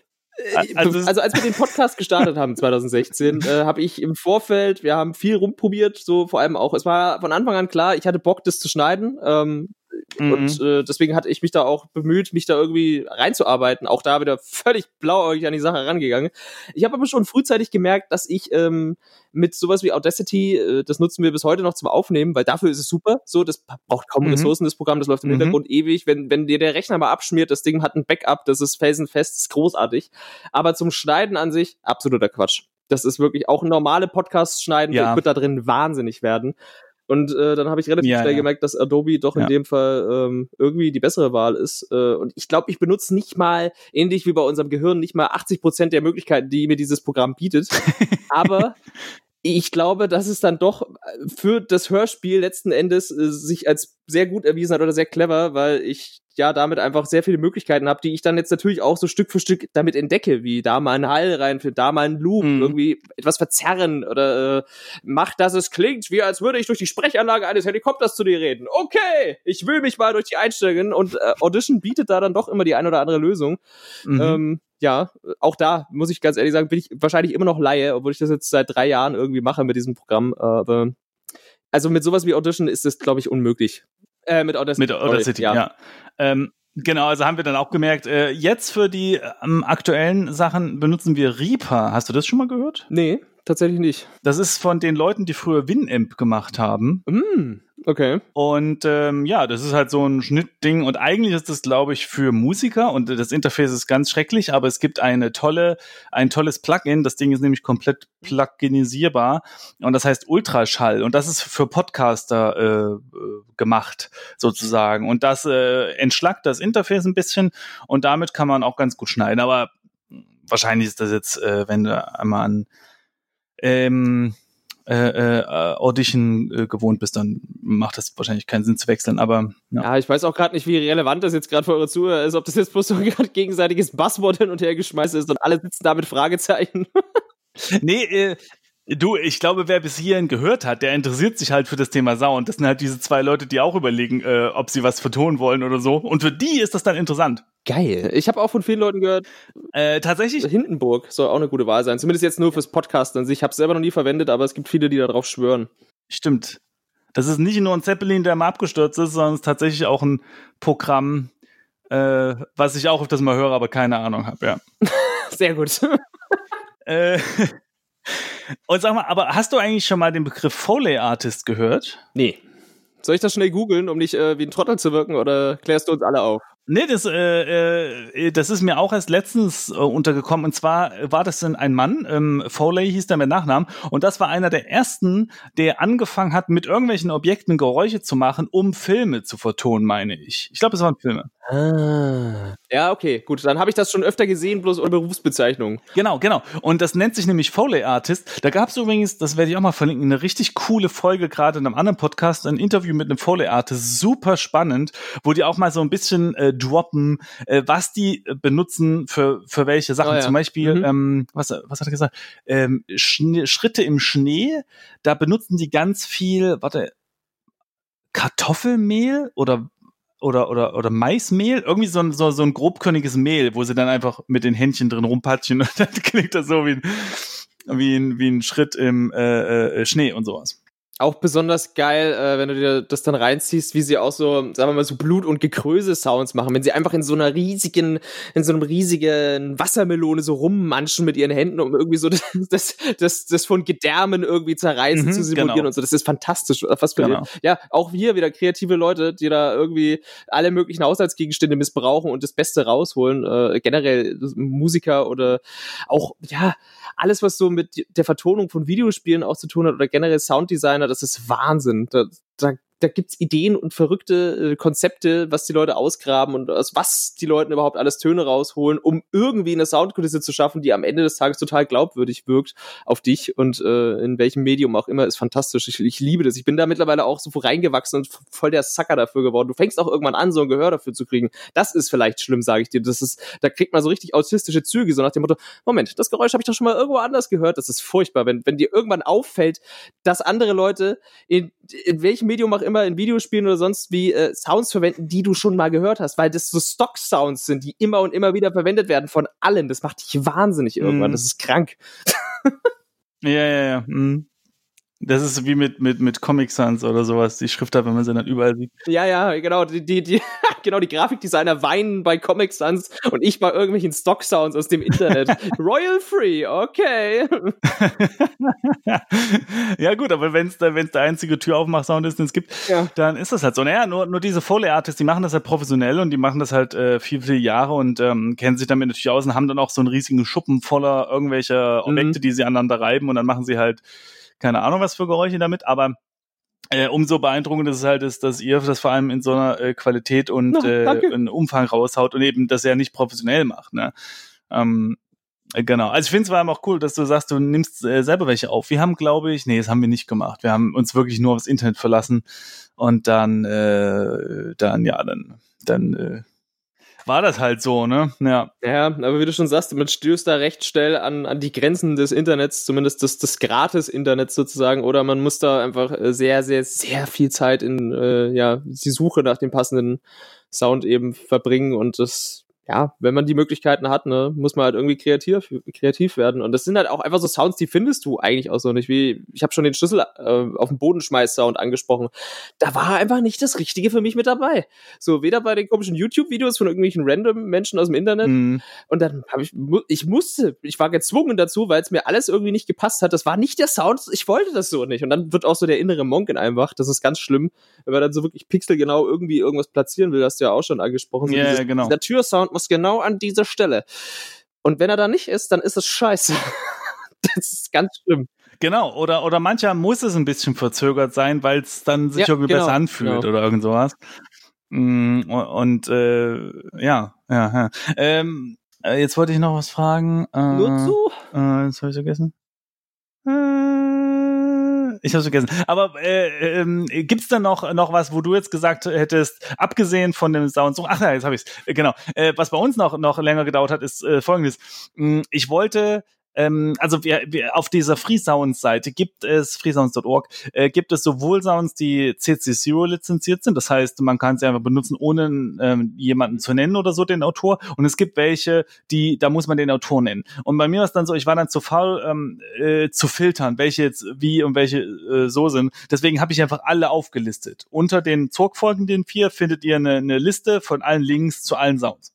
Also Also, das- also als wir den Podcast gestartet haben zwanzig sechzehn, äh, habe ich im Vorfeld, wir haben viel rumprobiert, so vor allem auch, es war von Anfang an klar, ich hatte Bock, das zu schneiden, ähm, Mhm. und äh, deswegen hatte ich mich da auch bemüht, mich da irgendwie reinzuarbeiten, auch da wieder völlig blauäugig an die Sache rangegangen. Ich habe aber schon frühzeitig gemerkt, dass ich ähm, mit sowas wie Audacity, äh, das nutzen wir bis heute noch zum Aufnehmen, weil dafür ist es super, so, das braucht kaum Mhm. Ressourcen, das Programm, das läuft im Mhm. Hintergrund ewig, wenn, wenn dir der Rechner mal abschmiert, das Ding hat ein Backup, das ist felsenfest, das ist großartig, aber zum Schneiden an sich, absoluter Quatsch. Das ist wirklich auch normale Podcasts schneiden, Ja. ich würde da drin wahnsinnig werden. Und äh, dann habe ich relativ Ja, schnell ja. gemerkt, dass Adobe doch in Ja. dem Fall ähm, irgendwie die bessere Wahl ist. Äh, und ich glaube, ich benutze nicht mal, ähnlich wie bei unserem Gehirn, nicht mal achtzig Prozent der Möglichkeiten, die mir dieses Programm bietet. Aber ich glaube, dass es dann doch für das Hörspiel letzten Endes äh, sich als sehr gut erwiesen hat oder sehr clever, weil ich ja damit einfach sehr viele Möglichkeiten habe, die ich dann jetzt natürlich auch so Stück für Stück damit entdecke, wie da mal ein Hall reinführen, da mal ein Loop, Mhm. irgendwie etwas verzerren oder äh, macht, dass es klingt, wie als würde ich durch die Sprechanlage eines Helikopters zu dir reden. Okay, ich will mich mal durch die Einstellungen und äh, Audition bietet da dann doch immer die ein oder andere Lösung. Mhm. Ähm, ja, auch da muss ich ganz ehrlich sagen, bin ich wahrscheinlich immer noch Laie, obwohl ich das jetzt seit drei Jahren irgendwie mache mit diesem Programm. Aber also mit sowas wie Audition ist das, glaube ich, unmöglich. Äh, mit Audacity. Mit Audacity, sorry, ja. Ähm, genau, also haben wir dann auch gemerkt, äh, jetzt für die ähm, aktuellen Sachen benutzen wir Reaper. Hast du das schon mal gehört? Nee, tatsächlich nicht. Das ist von den Leuten, die früher Winamp gemacht haben. Mm, okay. Und ähm, ja, das ist halt so ein Schnittding. Und eigentlich ist das, glaube ich, für Musiker. Und das Interface ist ganz schrecklich, aber es gibt eine tolle, ein tolles Plugin. Das Ding ist nämlich komplett pluginisierbar. Und das heißt Ultraschall. Und das ist für Podcaster äh, äh, gemacht, sozusagen. Und das äh, entschlackt das Interface ein bisschen. Und damit kann man auch ganz gut schneiden. Aber wahrscheinlich ist das jetzt, äh, wenn du einmal an ähm, Äh, äh, Audition äh, gewohnt bist, dann macht das wahrscheinlich keinen Sinn zu wechseln, aber ja. Ja, ich weiß auch gerade nicht, wie relevant das jetzt gerade für eure Zuhörer ist, ob das jetzt bloß so gerade gegenseitiges Buzzword hin und her geschmeißen ist und alle sitzen da mit Fragezeichen. Nee, äh, du, ich glaube, wer bis hierhin gehört hat, der interessiert sich halt für das Thema Sound. Das sind halt diese zwei Leute, die auch überlegen, äh, ob sie was vertonen wollen oder so. Und für die ist das dann interessant. Geil. Ich habe auch von vielen Leuten gehört, Äh, tatsächlich, Hindenburg soll auch eine gute Wahl sein. Zumindest jetzt nur fürs Podcast an sich. Ich habe es selber noch nie verwendet, aber es gibt viele, die darauf schwören. stimmt. Das ist nicht nur ein Zeppelin, der mal abgestürzt ist, sondern es ist tatsächlich auch ein Programm, äh, was ich auch öfters mal höre, aber keine Ahnung habe, ja. Sehr gut. äh, und sag mal, aber hast du eigentlich schon mal den Begriff Foley Artist gehört? Nee. Soll ich das schnell googeln, um nicht äh, wie ein Trottel zu wirken, oder klärst du uns alle auf? Nee, das, äh, äh, das ist mir auch erst letztens äh, untergekommen. Und zwar war das dann ein Mann, ähm, Foley hieß der mit Nachnamen. Und das war einer der ersten, der angefangen hat, mit irgendwelchen Objekten Geräusche zu machen, um Filme zu vertonen, meine ich. Ich glaube, es waren Filme. Ah. Ja, okay, gut. Dann habe ich das schon öfter gesehen, bloß ohne Berufsbezeichnung. Genau, genau. Und das nennt sich nämlich Foley Artist. Da gab es übrigens, das werde ich auch mal verlinken, eine richtig coole Folge, gerade in einem anderen Podcast, ein Interview mit einem Foley Artist. Super spannend, wo die auch mal so ein bisschen äh, droppen, äh, was die äh, benutzen für, für welche Sachen. Oh, ja. Zum Beispiel, Mhm. ähm, was, was hat er gesagt? Ähm, Schne- Schritte im Schnee. Da benutzen die ganz viel, warte, Kartoffelmehl oder oder oder oder Maismehl, irgendwie so ein so, so ein grobkörniges Mehl, wo sie dann einfach mit den Händchen drin rumpatschen und dann klingt das so wie ein wie ein, wie ein Schritt im äh, äh, Schnee und sowas. Auch besonders geil, äh, wenn du dir das dann reinziehst, wie sie auch so, sagen wir mal, so Blut- und Gekröse-Sounds machen. Wenn sie einfach in so einer riesigen, in so einem riesigen Wassermelone so rummanschen mit ihren Händen, um irgendwie so das, das, das, das von Gedärmen irgendwie zerreißen Mhm, zu simulieren genau. und so. Das ist fantastisch. Was für Genau. Ja, auch hier wieder kreative Leute, die da irgendwie alle möglichen Haushaltsgegenstände missbrauchen und das Beste rausholen. Äh, generell Musiker oder auch, ja, alles, was so mit der Vertonung von Videospielen auch zu tun hat oder generell Sounddesigner, das ist Wahnsinn. Da, da da gibt's Ideen und verrückte äh, Konzepte, was die Leute ausgraben und aus was die Leute überhaupt alles Töne rausholen, um irgendwie eine Soundkulisse zu schaffen, die am Ende des Tages total glaubwürdig wirkt auf dich und äh, in welchem Medium auch immer, ist fantastisch. Ich, ich liebe das. Ich bin da mittlerweile auch so reingewachsen und voll der Sucker dafür geworden. Du fängst auch irgendwann an, so ein Gehör dafür zu kriegen. Das ist vielleicht schlimm, sage ich dir. Das ist, da kriegt man so richtig autistische Züge, so nach dem Motto, Moment, das Geräusch habe ich doch schon mal irgendwo anders gehört. Das ist furchtbar, wenn, wenn dir irgendwann auffällt, dass andere Leute in, in welchem Medium auch immer, in Videospielen oder sonst wie, äh, Sounds verwenden, die du schon mal gehört hast, weil das so Stock-Sounds sind, die immer und immer wieder verwendet werden von allen. Das macht dich wahnsinnig irgendwann. Mm. Das ist krank. Ja, ja, ja. Mm. Das ist wie mit, mit, mit Comic Sans oder sowas, die Schriftart, wenn man sie dann überall sieht. Ja, ja, genau, die, die, die, genau, die Grafikdesigner weinen bei Comic Sans und ich bei irgendwelchen Stock-Sounds aus dem Internet. Royal Free, okay. Ja, gut, aber wenn es da, wenn's der einzige Türaufmach-Sound ist, den es gibt, ja. dann ist das halt so. Naja, nur, nur diese Foley-Artists, die machen das halt professionell und die machen das halt äh, viele, viele Jahre und ähm, kennen sich damit natürlich aus und haben dann auch so einen riesigen Schuppen voller irgendwelcher Objekte, mhm. die sie aneinander reiben und dann machen sie halt keine Ahnung, was für Geräusche damit, aber äh, umso beeindruckend ist es halt, ist, dass ihr das vor allem in so einer äh, Qualität und Na, äh, einen Umfang raushaut und eben das ja nicht professionell macht. Ne? Ähm, äh, genau. Also ich finde es vor allem auch cool, dass du sagst, du nimmst äh, selber welche auf. Wir haben, glaube ich, nee, das haben wir nicht gemacht. Wir haben uns wirklich nur aufs Internet verlassen und dann, äh, dann ja, dann, dann äh, war das halt so, ne? Ja. Ja, aber wie du schon sagst, man stößt da recht schnell an, an die Grenzen des Internets, zumindest des, des Gratis-Internets sozusagen, oder man muss da einfach sehr, sehr, sehr viel Zeit in äh, ja die Suche nach dem passenden Sound eben verbringen und das, ja, wenn man die Möglichkeiten hat, ne, muss man halt irgendwie kreativ, kreativ werden. Und das sind halt auch einfach so Sounds, die findest du eigentlich auch so nicht. Wie, ich habe schon den Schlüssel äh, auf den Bodenschmeiß-Sound angesprochen. Da war einfach nicht das Richtige für mich mit dabei. So, weder bei den komischen YouTube-Videos von irgendwelchen random Menschen aus dem Internet. Mm. Und dann habe ich, ich musste, ich war gezwungen dazu, weil es mir alles irgendwie nicht gepasst hat. Das war nicht der Sound, ich wollte das so nicht. Und dann wird auch so der innere Monk in einem wach. Das ist ganz schlimm, wenn man dann so wirklich pixelgenau irgendwie irgendwas platzieren will. Das hast du ja auch schon angesprochen. So yeah, dieses, genau. Dieser Türsound muss genau an dieser Stelle. Und wenn er da nicht ist, dann ist es scheiße. Das ist ganz schlimm. Genau, oder, oder mancher muss es ein bisschen verzögert sein, weil es dann sich ja, irgendwie genau, besser anfühlt genau. oder irgend sowas. Und, und äh, ja, ja, ja. Ähm, jetzt wollte ich noch was fragen. Äh, Nur zu? Äh, jetzt habe ich vergessen. Äh, ich habe vergessen. Aber äh, ähm, gibt's da noch noch was, wo du jetzt gesagt hättest, abgesehen von dem Sound, ach ja, jetzt habe ich's. Genau. Äh, was bei uns noch noch länger gedauert hat, ist äh, Folgendes: Ich wollte Ähm, also wir, wir auf dieser FreeSounds-Seite gibt es, freesounds Punkt org, äh, gibt es sowohl Sounds, die C C null lizenziert sind, das heißt, man kann sie einfach benutzen, ohne ähm, jemanden zu nennen oder so, den Autor, und es gibt welche, die, da muss man den Autor nennen. Und bei mir war es dann so, ich war dann zu faul, ähm, äh, zu filtern, welche jetzt wie und welche äh, so sind. Deswegen habe ich einfach alle aufgelistet. Unter den Zurückfolgen, den vier, findet ihr eine, eine Liste von allen Links zu allen Sounds.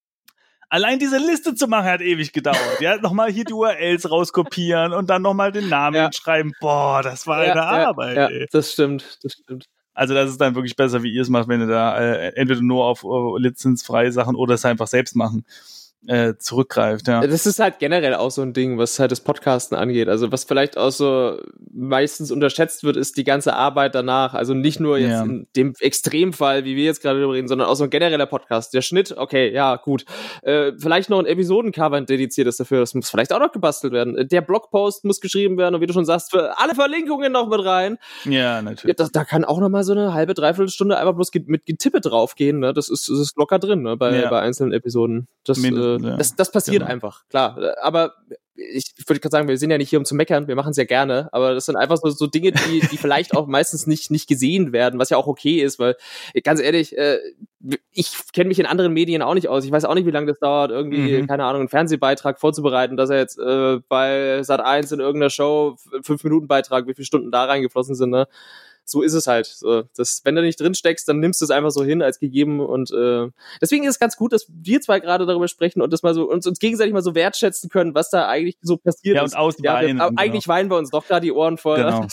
Allein diese Liste zu machen hat ewig gedauert. Ja, nochmal hier die U R Ls rauskopieren und dann nochmal den Namen ja. schreiben. Boah, das war ja, eine ja, Arbeit. Ja, ey. Das stimmt, das stimmt. Also das ist dann wirklich besser, wie ihr es macht, wenn ihr da äh, entweder nur auf uh, lizenzfreie Sachen oder es einfach selbst machen. Äh, zurückgreift, ja. Das ist halt generell auch so ein Ding, was halt das Podcasten angeht. Also was vielleicht auch so meistens unterschätzt wird, ist die ganze Arbeit danach. Also nicht nur jetzt ja. in dem Extremfall, wie wir jetzt gerade darüber reden, sondern auch so ein genereller Podcast. Der Schnitt, okay, ja, gut. Äh, vielleicht noch ein Episodencover, ein dediziertes dafür. Das muss vielleicht auch noch gebastelt werden. Der Blogpost muss geschrieben werden und wie du schon sagst, für alle Verlinkungen noch mit rein. Ja, natürlich. Da, da kann auch noch mal so eine halbe, dreiviertel Stunde einfach bloß mit Getippe draufgehen. Ne? Das ist, das ist locker drin, ne? bei, ja. bei einzelnen Episoden. Das äh, Ja. Das, das passiert genau. einfach, klar. Aber ich würde gerade sagen, wir sind ja nicht hier, um zu meckern, wir machen es ja gerne, aber das sind einfach so, so Dinge, die, die vielleicht auch meistens nicht, nicht gesehen werden, was ja auch okay ist, weil, ganz ehrlich, äh, ich kenne mich in anderen Medien auch nicht aus. Ich weiß auch nicht, wie lange das dauert, irgendwie, mhm. keine Ahnung, einen Fernsehbeitrag vorzubereiten, dass er jetzt äh, bei Sat eins in irgendeiner Show, fünf Minuten Beitrag, wie viele Stunden da reingeflossen sind, ne? So ist es halt. So, das, wenn du nicht drin steckst, dann nimmst du es einfach so hin als gegeben und äh, deswegen ist es ganz gut, dass wir zwei gerade darüber sprechen und das mal so uns, uns gegenseitig mal so wertschätzen können, was da eigentlich so passiert ja, ist. Und ausweinen. Ja, wir, eigentlich genau. weinen wir uns doch gerade die Ohren voll. Genau.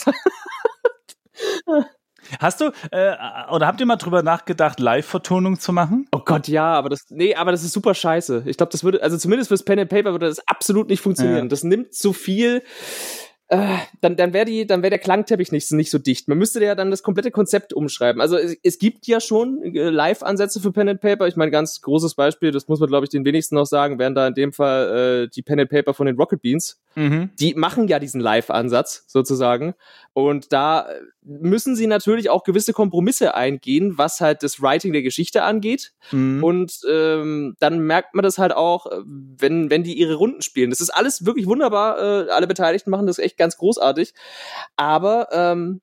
Hast du, äh, oder habt ihr mal drüber nachgedacht, Live-Vertonung zu machen? Oh Gott, ja, aber das, nee, aber das ist super scheiße. Ich glaube, das würde, also zumindest fürs Pen and Paper würde das absolut nicht funktionieren. Ja. Das nimmt zu viel, äh, dann, dann wäre die, dann wäre der Klangteppich nicht, nicht so dicht. Man müsste ja dann das komplette Konzept umschreiben. Also es, es gibt ja schon äh, Live-Ansätze für Pen and Paper. Ich meine, ganz großes Beispiel, das muss man, glaube ich, den wenigsten noch sagen, wären da in dem Fall äh, die Pen and Paper von den Rocket Beans. Mhm. Die machen ja diesen Live-Ansatz sozusagen. Und da müssen sie natürlich auch gewisse Kompromisse eingehen, was halt das Writing der Geschichte angeht. Mhm. Und ähm, dann merkt man das halt auch, wenn, wenn die ihre Runden spielen. Das ist alles wirklich wunderbar. Äh, alle Beteiligten machen das echt ganz großartig. Aber ähm,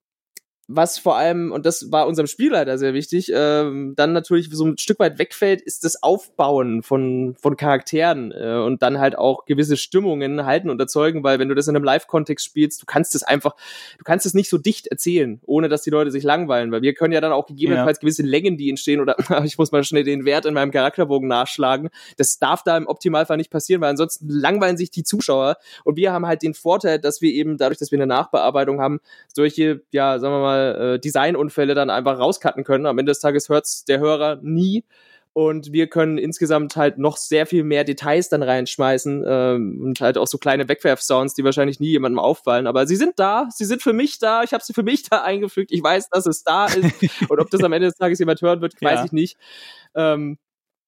was vor allem, und das war unserem Spielleiter sehr wichtig, ähm, dann natürlich so ein Stück weit wegfällt, ist das Aufbauen von von Charakteren äh, und dann halt auch gewisse Stimmungen halten und erzeugen, weil wenn du das in einem Live-Kontext spielst, du kannst es einfach, du kannst es nicht so dicht erzählen, ohne dass die Leute sich langweilen, weil wir können ja dann auch gegebenenfalls ja. gewisse Längen, die entstehen, oder ich muss mal schnell den Wert in meinem Charakterbogen nachschlagen, das darf da im Optimalfall nicht passieren, weil ansonsten langweilen sich die Zuschauer, und wir haben halt den Vorteil, dass wir eben dadurch, dass wir eine Nachbearbeitung haben, solche, ja, sagen wir mal, Designunfälle dann einfach rauscutten können. Am Ende des Tages hört's der Hörer nie, und wir können insgesamt halt noch sehr viel mehr Details dann reinschmeißen ähm, und halt auch so kleine Wegwerf-Sounds, die wahrscheinlich nie jemandem auffallen, aber sie sind da, sie sind für mich da, ich habe sie für mich da eingefügt, ich weiß, dass es da ist, und ob das am Ende des Tages jemand hören wird, weiß ja. ich nicht. Ähm,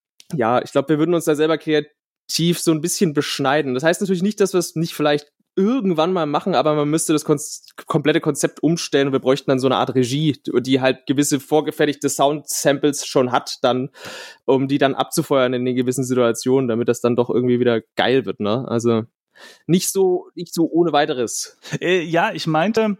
ja, ich glaube, wir würden uns da selber kreativ so ein bisschen beschneiden. Das heißt natürlich nicht, dass wir es nicht vielleicht irgendwann mal machen, aber man müsste das kon- komplette Konzept umstellen, und wir bräuchten dann so eine Art Regie, die halt gewisse vorgefertigte Sound-Samples schon hat, dann, um die dann abzufeuern in den gewissen Situationen, damit das dann doch irgendwie wieder geil wird, ne? Also nicht so, nicht so ohne weiteres. Äh, ja, ich meinte,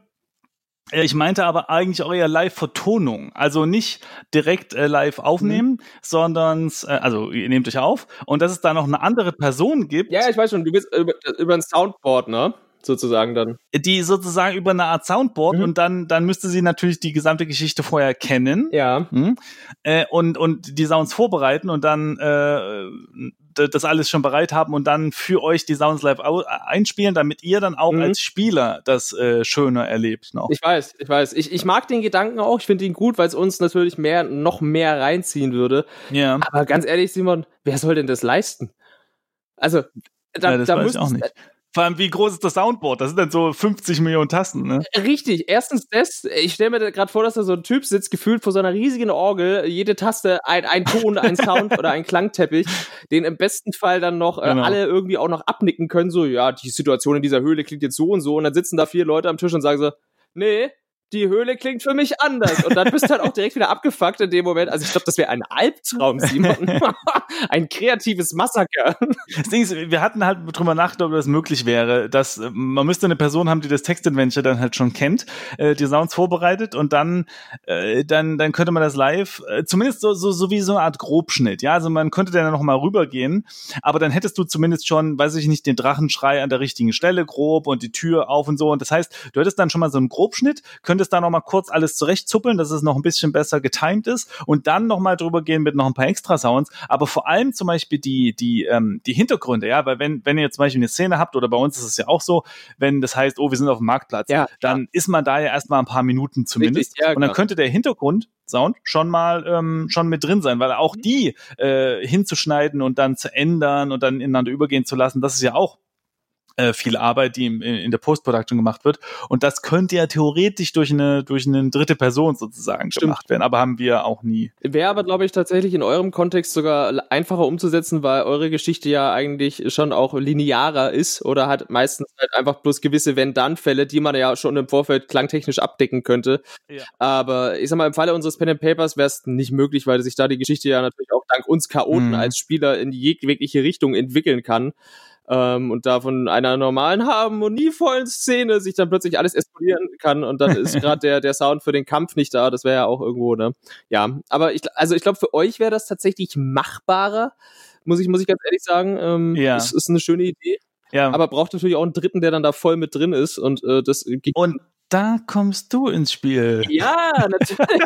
Ich meinte aber eigentlich auch eher Live-Vertonung. Also nicht direkt äh, live aufnehmen, mhm. sondern, äh, also ihr nehmt euch auf, und dass es da noch eine andere Person gibt. Ja, ich weiß schon, du bist über, über ein Soundboard, ne? Sozusagen dann. Die sozusagen über eine Art Soundboard, mhm. und dann, dann müsste sie natürlich die gesamte Geschichte vorher kennen. Ja. Mhm. Äh, und, und die Sounds vorbereiten und dann äh, das alles schon bereit haben und dann für euch die Sounds live au- einspielen, damit ihr dann auch mhm. als Spieler das äh, schöner erlebt noch. Ich weiß, ich weiß. Ich, ich mag den Gedanken auch, ich finde ihn gut, weil es uns natürlich mehr, noch mehr reinziehen würde. Ja. Aber ganz ehrlich, Simon, wer soll denn das leisten? Also, da, ja, das da weiß muss ich auch nicht. Vor allem, wie groß ist das Soundboard? Das sind dann so fünfzig Millionen Tasten, ne? Richtig. Erstens das, ich stelle mir gerade vor, dass da so ein Typ sitzt, gefühlt vor so einer riesigen Orgel, jede Taste ein, ein Ton, ein Sound oder ein Klangteppich, den im besten Fall dann noch äh, genau. alle irgendwie auch noch abnicken können, so, ja, die Situation in dieser Höhle klingt jetzt so und so, und dann sitzen da vier Leute am Tisch und sagen so, nee, die Höhle klingt für mich anders. Und dann bist du halt auch direkt wieder abgefuckt in dem Moment. Also ich glaube, das wäre ein Albtraum, Simon. Ein kreatives Massaker. Das Ding ist, wir hatten halt drüber nachgedacht, ob das möglich wäre, dass man müsste eine Person haben, die das Textadventure dann halt schon kennt, äh, die Sounds vorbereitet, und dann äh, dann dann könnte man das live, äh, zumindest so so so wie so eine Art Grobschnitt. Ja, also man könnte dann noch mal rübergehen, aber dann hättest du zumindest schon, weiß ich nicht, den Drachenschrei an der richtigen Stelle grob und die Tür auf und so. Und das heißt, du hättest dann schon mal so einen Grobschnitt, könntest da noch mal kurz alles zurechtzuppeln, dass es noch ein bisschen besser getimed ist, und dann noch mal drüber gehen mit noch ein paar Extra-Sounds, aber vor allem zum Beispiel die die ähm, die Hintergründe, ja, weil wenn wenn ihr zum Beispiel eine Szene habt, oder bei uns ist es ja auch so, wenn das heißt, oh, wir sind auf dem Marktplatz, ja, dann ist man da ja erstmal ein paar Minuten zumindest. Richtig, ja, und dann könnte der Hintergrundsound schon mal ähm, schon mit drin sein, weil auch die äh, hinzuschneiden und dann zu ändern und dann ineinander übergehen zu lassen, das ist ja auch äh, viel Arbeit, die in, in der Post-Production gemacht wird. Und das könnte ja theoretisch durch eine durch eine dritte Person sozusagen Stimmt. gemacht werden, aber haben wir auch nie. Wäre aber, glaube ich, tatsächlich in eurem Kontext sogar einfacher umzusetzen, weil eure Geschichte ja eigentlich schon auch linearer ist oder hat meistens halt einfach bloß gewisse Wenn-Dann-Fälle, die man ja schon im Vorfeld klangtechnisch abdecken könnte. Ja. Aber ich sag mal, im Falle unseres Pen and Papers wäre es nicht möglich, weil sich da die Geschichte ja natürlich auch dank uns Chaoten mhm. als Spieler in jegliche Richtung entwickeln kann. Ähm, und da von einer normalen harmonievollen Szene sich dann plötzlich alles eskallieren kann, und dann ist gerade der der Sound für den Kampf nicht da. Das wäre ja auch irgendwo, ne? Ja, aber ich, also ich glaube, für euch wäre das tatsächlich machbarer, muss ich muss ich ganz ehrlich sagen. Ähm, ja. Es ist eine schöne Idee, ja. Aber braucht natürlich auch einen Dritten, der dann da voll mit drin ist, und äh, das geht. Und da kommst du ins Spiel. Ja, natürlich.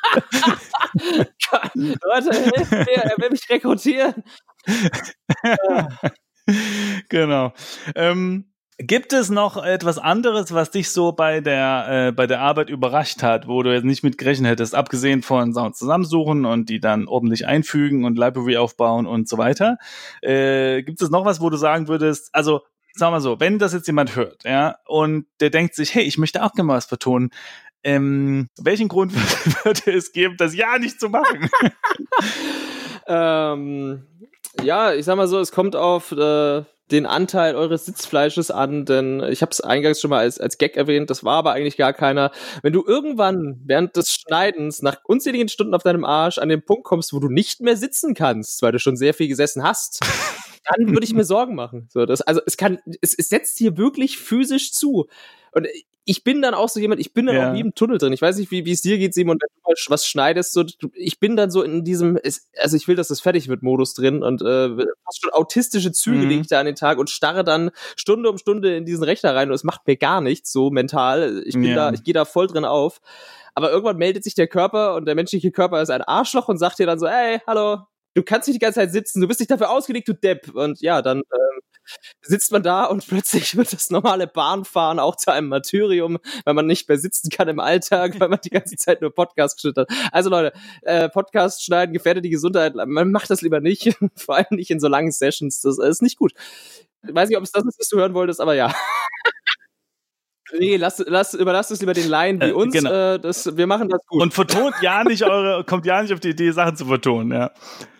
Leute, hilf mir, er will mich rekrutieren. Genau. Ähm, gibt es noch etwas anderes, was dich so bei der äh, bei der Arbeit überrascht hat, wo du jetzt nicht mit gerechnet hättest, abgesehen von Sounds zusammensuchen und die dann ordentlich einfügen und Library aufbauen und so weiter? Äh, gibt es noch was, wo du sagen würdest, also sag mal so, wenn das jetzt jemand hört, ja, und der denkt sich, hey, ich möchte auch gerne mal was vertonen, ähm, welchen Grund würde es geben, das ja nicht zu machen? ähm, ja, ich sag mal so, es kommt auf äh, den Anteil eures Sitzfleisches an, denn ich habe es eingangs schon mal als, als Gag erwähnt, das war aber eigentlich gar keiner. Wenn du irgendwann während des Schneidens nach unzähligen Stunden auf deinem Arsch an den Punkt kommst, wo du nicht mehr sitzen kannst, weil du schon sehr viel gesessen hast, dann würde ich mir Sorgen machen. So, das, also es kann, es, es setzt hier wirklich physisch zu. Und ich bin dann auch so jemand, ich bin dann ja. auch wie im Tunnel drin. Ich weiß nicht, wie wie es dir geht, Simon, wenn du mal was schneidest. So, ich bin dann so in diesem, also ich will, dass das fertig wird, Modus drin und äh, fast schon autistische Züge mhm. lege ich da an den Tag und starre dann Stunde um Stunde in diesen Rechner rein und es macht mir gar nichts so mental. Ich bin ja. da, ich gehe da voll drin auf. Aber irgendwann meldet sich der Körper und der menschliche Körper ist ein Arschloch und sagt dir dann so, hey, hallo, du kannst nicht die ganze Zeit sitzen, du bist nicht dafür ausgelegt, du Depp. Und ja, dann ähm, sitzt man da und plötzlich wird das normale Bahnfahren auch zu einem Martyrium, weil man nicht mehr sitzen kann im Alltag, weil man die ganze Zeit nur Podcast geschnitten hat. Also Leute, äh, Podcast schneiden gefährdet die Gesundheit. Man macht das lieber nicht, vor allem nicht in so langen Sessions. Das ist nicht gut. Ich weiß nicht, ob es das ist, was du hören wolltest, aber ja. Nee, lass, lass, überlasst es lieber den Laien wie uns. Äh, genau. äh, das, wir machen das gut. Und vertont ja nicht eure, kommt ja nicht auf die Idee, Sachen zu vertonen, ja.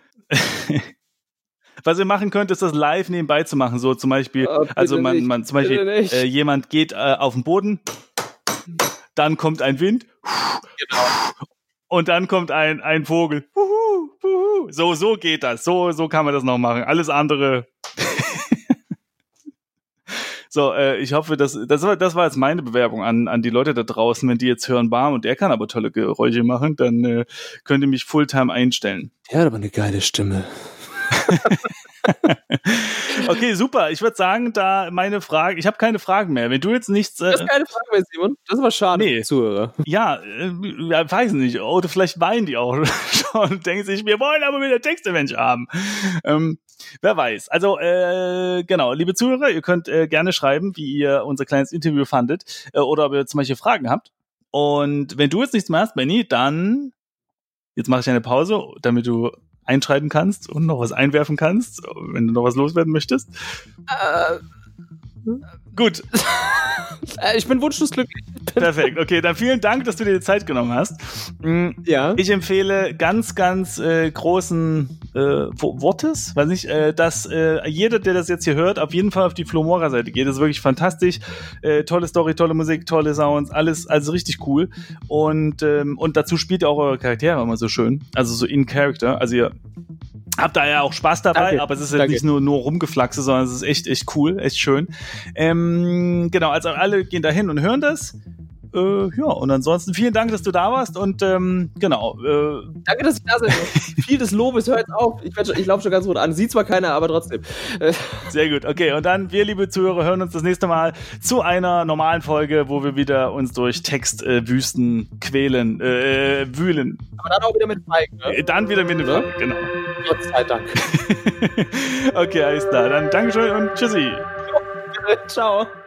Was ihr machen könnt, ist das live nebenbei zu machen. So zum Beispiel, oh, also man, man zum Beispiel, äh, jemand geht äh, auf den Boden, dann kommt ein Wind, genau. Und dann kommt ein, ein Vogel. So, so geht das. So, so kann man das noch machen. Alles andere. So, äh, ich hoffe, dass, das war, das war jetzt meine Bewerbung an, an die Leute da draußen. Wenn die jetzt hören, Bam und der kann aber tolle Geräusche machen, dann äh, könnt ihr mich Fulltime einstellen. Der hat aber eine geile Stimme. Okay, super. Ich würde sagen, da meine Frage, ich habe keine Fragen mehr. Wenn du jetzt nichts... Äh, du hast keine Fragen mehr, Simon? Das ist aber schade, nee. Zuhörer. Ja, äh, ja, weiß nicht. Oder vielleicht weinen die auch schon und denken sich, wir wollen aber wieder Texte-Mensch haben. Ähm, wer weiß. Also, äh, genau, liebe Zuhörer, ihr könnt äh, gerne schreiben, wie ihr unser kleines Interview fandet äh, oder ob ihr zum Beispiel Fragen habt. Und wenn du jetzt nichts mehr hast, Benni, dann jetzt mache ich eine Pause, damit du einschreiten kannst und noch was einwerfen kannst, wenn du noch was loswerden möchtest. Äh, Gut. Ich bin wunschlos glücklich. Perfekt, okay, dann vielen Dank, dass du dir die Zeit genommen hast. Ja. Ich empfehle ganz, ganz äh, großen äh, Wortes, weiß nicht, äh, dass äh, jeder, der das jetzt hier hört, auf jeden Fall auf die Flo Mora-Seite geht. Das ist wirklich fantastisch. Äh, tolle Story, tolle Musik, tolle Sounds, alles, also richtig cool. Und, ähm, und dazu spielt ihr auch eure Charaktere immer so schön. Also so in Character. Also ihr habt da ja auch Spaß dabei, Danke. Aber es ist ja nicht nur, nur rumgeflaxe, sondern es ist echt, echt cool, echt schön. Ähm, genau, also alle gehen da hin und hören das. Äh, ja, und ansonsten vielen Dank, dass du da warst und ähm, genau. Äh, Danke, dass ich da bin. Viel des Lobes, hört auf. Ich, ich laufe schon ganz gut an. Sieht zwar keiner, aber trotzdem. Sehr gut, okay. Und dann, wir, liebe Zuhörer, hören uns das nächste Mal zu einer normalen Folge, wo wir wieder uns durch Textwüsten äh, quälen, äh, wühlen. Aber dann auch wieder mit Mike, ne? Dann wieder mit dem ja? Mike, genau. Gott sei Dank. Okay, alles klar. Dann Dankeschön und tschüssi. Ciao.